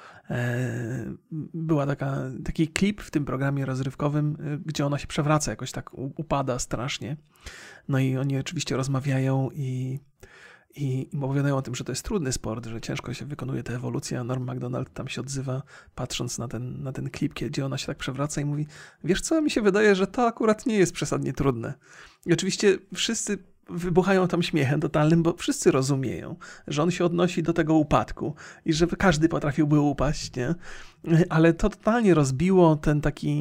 była taki klip w tym programie rozrywkowym, gdzie ona się przewraca, jakoś tak upada strasznie. No i oni oczywiście rozmawiają i opowiadają o tym, że to jest trudny sport, że ciężko się wykonuje tę ewolucję, a Norm Macdonald tam się odzywa, patrząc na ten klip, gdzie ona się tak przewraca i mówi: wiesz co, mi się wydaje, że to akurat nie jest przesadnie trudne. I oczywiście wszyscy wybuchają tam śmiechem totalnym, bo wszyscy rozumieją, że on się odnosi do tego upadku i że każdy potrafiłby upaść, nie? Ale to totalnie rozbiło ten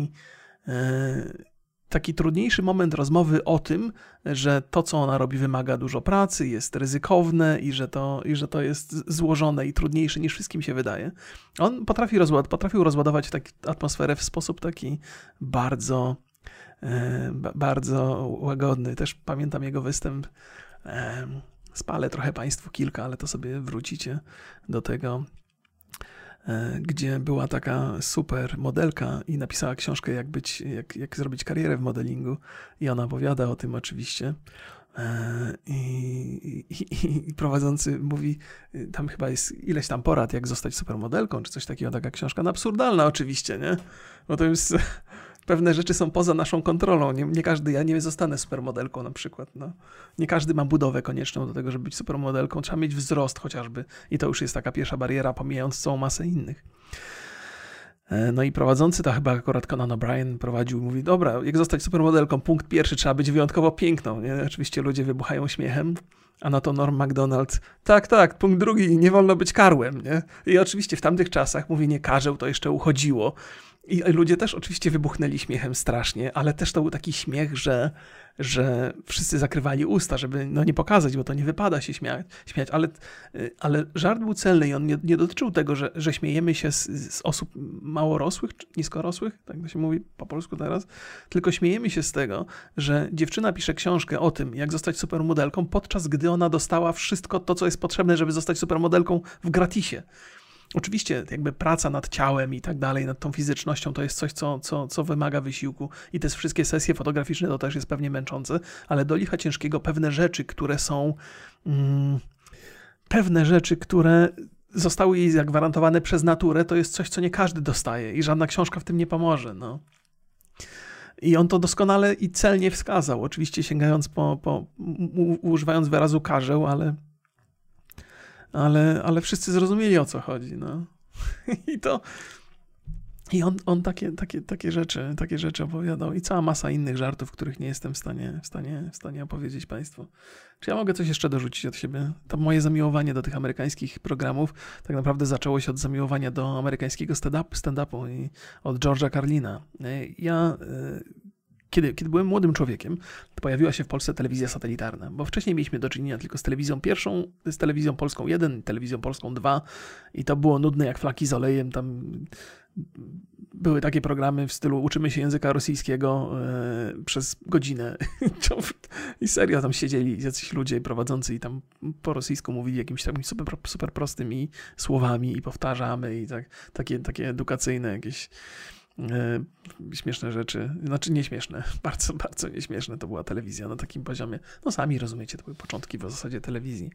taki trudniejszy moment rozmowy o tym, że to, co ona robi, wymaga dużo pracy, jest ryzykowne i że to jest złożone i trudniejsze niż wszystkim się wydaje. On potrafił rozładować atmosferę w sposób taki bardzo łagodny. Też pamiętam jego występ. Spalę trochę Państwu kilka, ale to sobie wrócicie do tego, gdzie była taka super modelka i napisała książkę, jak zrobić karierę w modelingu. I ona opowiada o tym oczywiście. I prowadzący mówi, tam chyba jest ileś tam porad, jak zostać supermodelką, czy coś takiego, taka książka. No absurdalna oczywiście, nie? Bo to jest... Pewne rzeczy są poza naszą kontrolą. Nie każdy, ja nie zostanę supermodelką na przykład. No. Nie każdy ma budowę konieczną do tego, żeby być supermodelką. Trzeba mieć wzrost chociażby. I to już jest taka pierwsza bariera, pomijając całą masę innych. No i prowadzący, to chyba akurat Conan O'Brien prowadził, mówi: dobra, jak zostać supermodelką? Punkt pierwszy, trzeba być wyjątkowo piękną. Nie? Oczywiście ludzie wybuchają śmiechem. A na to Norm Macdonald: tak, punkt drugi, nie wolno być karłem. Nie? I oczywiście w tamtych czasach, mówi, nie karzeł, to jeszcze uchodziło. I ludzie też oczywiście wybuchnęli śmiechem strasznie, ale też to był taki śmiech, że wszyscy zakrywali usta, żeby nie pokazać, bo to nie wypada się śmiać, ale żart był celny i on nie dotyczył tego, że śmiejemy się z osób małorosłych, czy niskorosłych, tak to się mówi po polsku teraz, tylko śmiejemy się z tego, że dziewczyna pisze książkę o tym, jak zostać supermodelką, podczas gdy ona dostała wszystko to, co jest potrzebne, żeby zostać supermodelką w gratisie. Oczywiście jakby praca nad ciałem i tak dalej, nad tą fizycznością to jest coś, co wymaga wysiłku i te wszystkie sesje fotograficzne to też jest pewnie męczące, ale do licha ciężkiego pewne rzeczy, które zostały jej zagwarantowane przez naturę, to jest coś, co nie każdy dostaje i żadna książka w tym nie pomoże. No. I on to doskonale i celnie wskazał, oczywiście sięgając używając wyrazu karzeł, ale wszyscy zrozumieli, o co chodzi, no. On takie rzeczy opowiadał i cała masa innych żartów, których nie jestem w stanie opowiedzieć Państwu. Czy ja mogę coś jeszcze dorzucić od siebie? To moje zamiłowanie do tych amerykańskich programów tak naprawdę zaczęło się od zamiłowania do amerykańskiego stand-upu i od George'a Carlina. Kiedy byłem młodym człowiekiem, to pojawiła się w Polsce telewizja satelitarna, bo wcześniej mieliśmy do czynienia tylko z telewizją pierwszą, z telewizją polską 1, telewizją polską 2 i to było nudne jak flaki z olejem. Tam były takie programy w stylu uczymy się języka rosyjskiego przez godzinę i serio tam siedzieli jacyś ludzie prowadzący i tam po rosyjsku mówili jakimiś takimi super prostymi słowami i powtarzamy i takie edukacyjne jakieś śmieszne rzeczy, znaczy nieśmieszne, bardzo, bardzo nieśmieszne to była telewizja na takim poziomie. No sami rozumiecie, to były początki w zasadzie telewizji.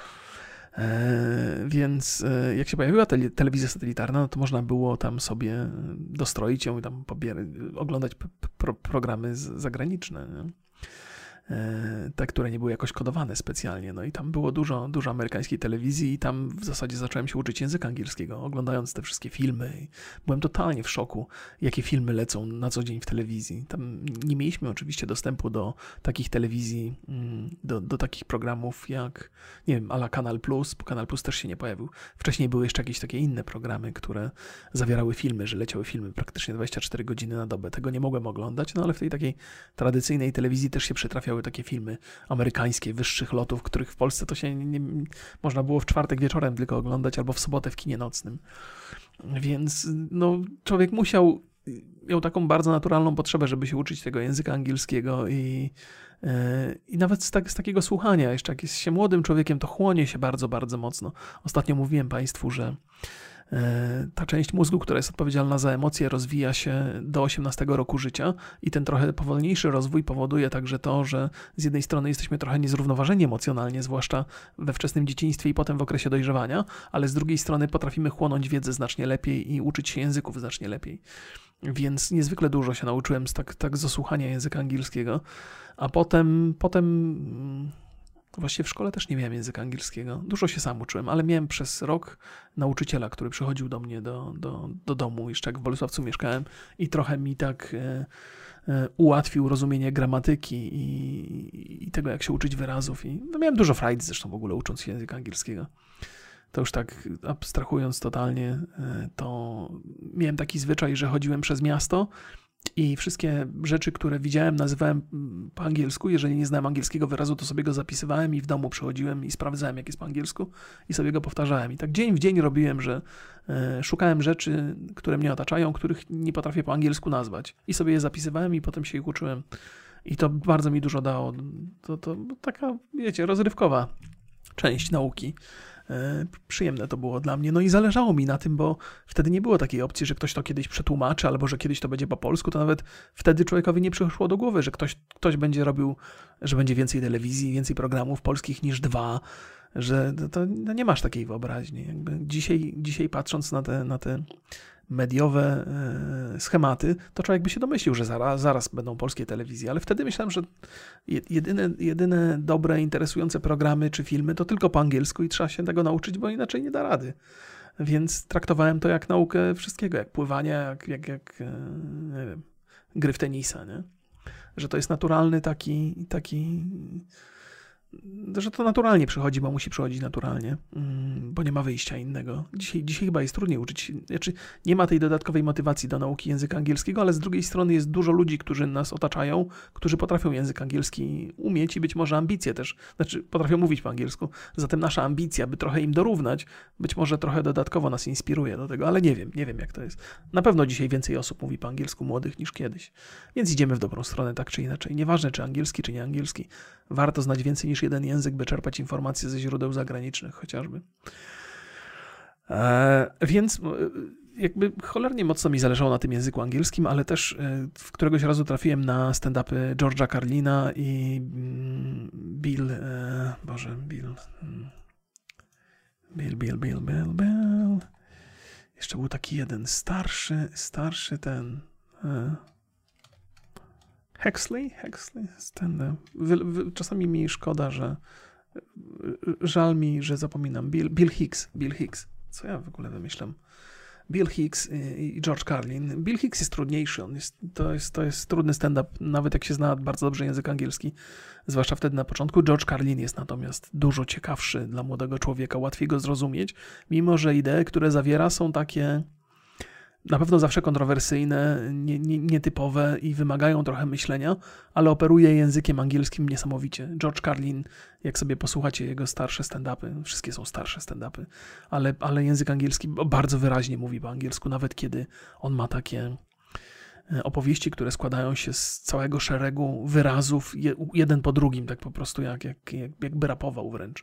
Więc jak się pojawiła telewizja satelitarna, no to można było tam sobie dostroić ją i tam oglądać programy zagraniczne. Nie? te, które nie były jakoś kodowane specjalnie. No i tam było dużo amerykańskiej telewizji i tam w zasadzie zacząłem się uczyć języka angielskiego, oglądając te wszystkie filmy. I byłem totalnie w szoku, jakie filmy lecą na co dzień w telewizji. Tam nie mieliśmy oczywiście dostępu do takich telewizji, do takich programów jak, nie wiem, a la Kanal Plus, bo Kanal Plus też się nie pojawił. Wcześniej były jeszcze jakieś takie inne programy, które zawierały filmy, że leciały filmy praktycznie 24 godziny na dobę. Tego nie mogłem oglądać, no ale w tej takiej tradycyjnej telewizji też się przytrafiały takie filmy amerykańskie, wyższych lotów, których w Polsce to się nie można było w czwartek wieczorem tylko oglądać albo w sobotę w kinie nocnym. Więc no, człowiek miał taką bardzo naturalną potrzebę, żeby się uczyć tego języka angielskiego i nawet z takiego słuchania, jeszcze jak jest się młodym człowiekiem, to chłonie się bardzo, bardzo mocno. Ostatnio mówiłem Państwu, że ta część mózgu, która jest odpowiedzialna za emocje, rozwija się do 18 roku życia i ten trochę powolniejszy rozwój powoduje także to, że z jednej strony jesteśmy trochę niezrównoważeni emocjonalnie, zwłaszcza we wczesnym dzieciństwie i potem w okresie dojrzewania, ale z drugiej strony potrafimy chłonąć wiedzę znacznie lepiej i uczyć się języków znacznie lepiej. Więc niezwykle dużo się nauczyłem z osłuchania języka angielskiego, a potem właściwie w szkole też nie miałem języka angielskiego. Dużo się sam uczyłem, ale miałem przez rok nauczyciela, który przychodził do mnie do domu, jeszcze jak w Bolesławcu mieszkałem i trochę mi tak ułatwił rozumienie gramatyki i tego, jak się uczyć wyrazów. I no, miałem dużo frajdy zresztą w ogóle ucząc się języka angielskiego. To już tak abstrahując totalnie, to miałem taki zwyczaj, że chodziłem przez miasto i wszystkie rzeczy, które widziałem, nazywałem po angielsku. Jeżeli nie znałem angielskiego wyrazu, to sobie go zapisywałem i w domu przychodziłem i sprawdzałem, jak jest po angielsku i sobie go powtarzałem. I tak dzień w dzień robiłem, że szukałem rzeczy, które mnie otaczają, których nie potrafię po angielsku nazwać. I sobie je zapisywałem i potem się ich uczyłem. I to bardzo mi dużo dało. To taka, wiecie, rozrywkowa część nauki. Przyjemne to było dla mnie. No i zależało mi na tym, bo wtedy nie było takiej opcji, że ktoś to kiedyś przetłumaczy, albo że kiedyś to będzie po polsku, to nawet wtedy człowiekowi nie przyszło do głowy, że ktoś będzie robił, że będzie więcej telewizji, więcej programów polskich niż 2, że to nie masz takiej wyobraźni. Jakby dzisiaj patrząc na te mediowe schematy, to człowiek by się domyślił, że zaraz będą polskie telewizje, ale wtedy myślałem, że jedyne dobre, interesujące programy czy filmy to tylko po angielsku i trzeba się tego nauczyć, bo inaczej nie da rady. Więc traktowałem to jak naukę wszystkiego, jak pływanie, jak nie wiem, gry w tenisa, nie? Że to jest naturalny taki że to naturalnie przychodzi, bo musi przychodzić naturalnie, bo nie ma wyjścia innego. Dzisiaj chyba jest trudniej uczyć. Znaczy, nie ma tej dodatkowej motywacji do nauki języka angielskiego, ale z drugiej strony jest dużo ludzi, którzy nas otaczają, którzy potrafią język angielski umieć i być może ambicje też, znaczy potrafią mówić po angielsku. Zatem nasza ambicja, by trochę im dorównać, być może trochę dodatkowo nas inspiruje do tego, ale nie wiem jak to jest. Na pewno dzisiaj więcej osób mówi po angielsku młodych niż kiedyś, więc idziemy w dobrą stronę tak czy inaczej. Nieważne czy angielski, czy nie angielski. Warto znać więcej niż jeden język, by czerpać informacje ze źródeł zagranicznych chociażby. Więc jakby cholernie mocno mi zależało na tym języku angielskim, ale też w któregoś razu trafiłem na stand-upy George'a Carlina i Bill. Jeszcze był taki jeden starszy ten... Huxley? Czasami mi szkoda, że żal mi, że zapominam. Bill Hicks. Co ja w ogóle wymyślam? Bill Hicks i George Carlin. Bill Hicks jest trudniejszy. To jest trudny stand-up, nawet jak się zna bardzo dobrze język angielski, zwłaszcza wtedy na początku. George Carlin jest natomiast dużo ciekawszy dla młodego człowieka, łatwiej go zrozumieć, mimo że idee, które zawiera, są takie na pewno zawsze kontrowersyjne, nietypowe i wymagają trochę myślenia, ale operuje językiem angielskim niesamowicie. George Carlin, jak sobie posłuchacie jego starsze stand-upy, wszystkie są starsze stand-upy, ale język angielski bardzo wyraźnie mówi po angielsku, nawet kiedy on ma takie opowieści, które składają się z całego szeregu wyrazów, jeden po drugim, tak po prostu jakby rapował wręcz.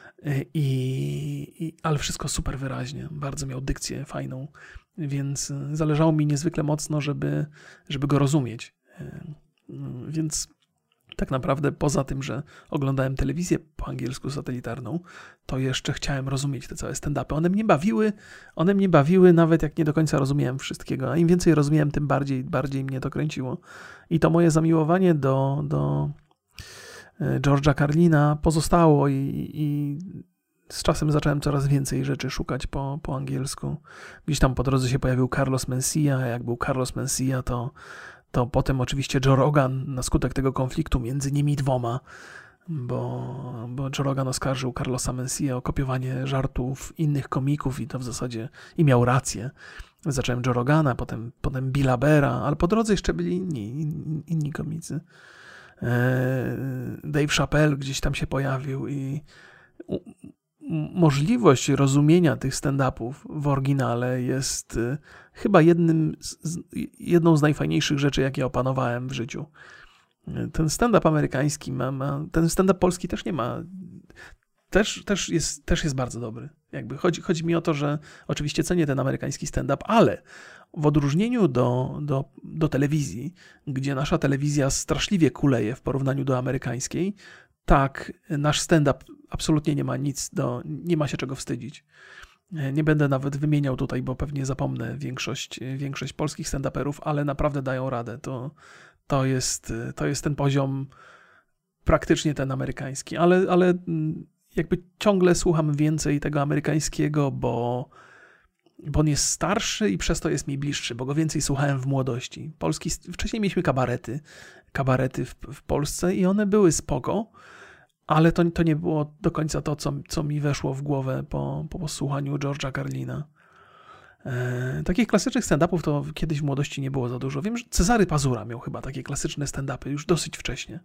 Ale wszystko super wyraźnie, bardzo miał dykcję fajną, więc zależało mi niezwykle mocno, żeby go rozumieć. Więc tak naprawdę poza tym, że oglądałem telewizję po angielsku satelitarną, to jeszcze chciałem rozumieć te całe stand-upy. One mnie bawiły nawet jak nie do końca rozumiałem wszystkiego, a im więcej rozumiałem, tym bardziej mnie to kręciło. I to moje zamiłowanie do George'a Carlina pozostało i z czasem zacząłem coraz więcej rzeczy szukać po angielsku. Gdzieś tam po drodze się pojawił Carlos Mencia, jak był Carlos Mencia, to potem oczywiście Joe Rogan na skutek tego konfliktu między nimi dwoma, bo Joe Rogan oskarżył Carlosa Mencia o kopiowanie żartów innych komików i to w zasadzie miał rację. Zacząłem Joe Rogana, potem Billa Bera, ale po drodze jeszcze byli inni komicy. Dave Chappelle gdzieś tam się pojawił i możliwość rozumienia tych stand-upów w oryginale jest chyba jedną z najfajniejszych rzeczy, jakie opanowałem w życiu. Ten stand-up amerykański ten stand-up polski też nie ma, też jest bardzo dobry. Jakby chodzi mi o to, że oczywiście cenię ten amerykański stand-up, ale w odróżnieniu do telewizji, gdzie nasza telewizja straszliwie kuleje w porównaniu do amerykańskiej, tak, nasz stand-up absolutnie nie ma się czego wstydzić. Nie będę nawet wymieniał tutaj, bo pewnie zapomnę większość polskich stand-uperów, ale naprawdę dają radę. To jest ten poziom, praktycznie ten amerykański, ale jakby ciągle słucham więcej tego amerykańskiego, bo on jest starszy i przez to jest mi bliższy, bo go więcej słuchałem w młodości. Wcześniej mieliśmy kabarety w Polsce i one były spoko, ale to nie było do końca to, co mi weszło w głowę po posłuchaniu George'a Carlina. Takich klasycznych stand-upów to kiedyś w młodości nie było za dużo. Wiem, że Cezary Pazura miał chyba takie klasyczne stand-upy już dosyć wcześnie.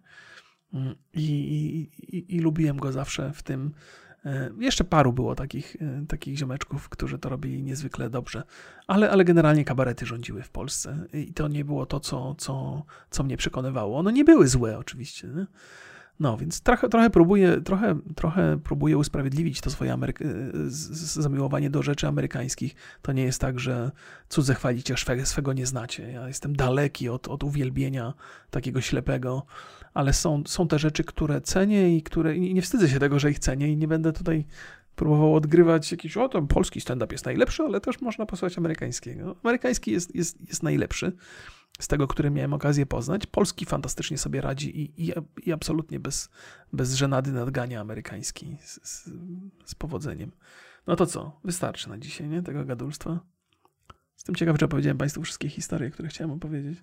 I lubiłem go zawsze w tym. Jeszcze paru było takich ziomeczków, którzy to robili niezwykle dobrze. Ale generalnie kabarety rządziły w Polsce. I to nie było to, co mnie przekonywało. One nie były złe oczywiście. Nie? No, więc trochę próbuję usprawiedliwić to swoje zamiłowanie do rzeczy amerykańskich. To nie jest tak, że cudze chwalicie, swego nie znacie. Ja jestem daleki od uwielbienia takiego ślepego, ale są te rzeczy, które cenię i nie wstydzę się tego, że ich cenię i nie będę tutaj próbował odgrywać jakiś, ten polski stand-up jest najlepszy, ale też można posłuchać amerykańskiego. Amerykański jest najlepszy z tego, który miałem okazję poznać. Polski fantastycznie sobie radzi i absolutnie bez żenady nadgania amerykański z powodzeniem. No to co? Wystarczy na dzisiaj, nie? Tego gadulstwa. Jestem ciekaw, czy opowiedziałem Państwu wszystkie historie, które chciałem opowiedzieć.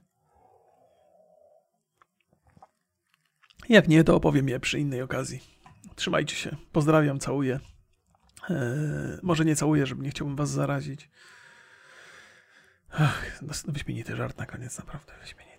Jak nie, to opowiem je przy innej okazji. Trzymajcie się. Pozdrawiam, całuję. Może nie całuję, żeby nie chciałbym Was zarazić. Wyśmienity żart na koniec, naprawdę wyśmienity.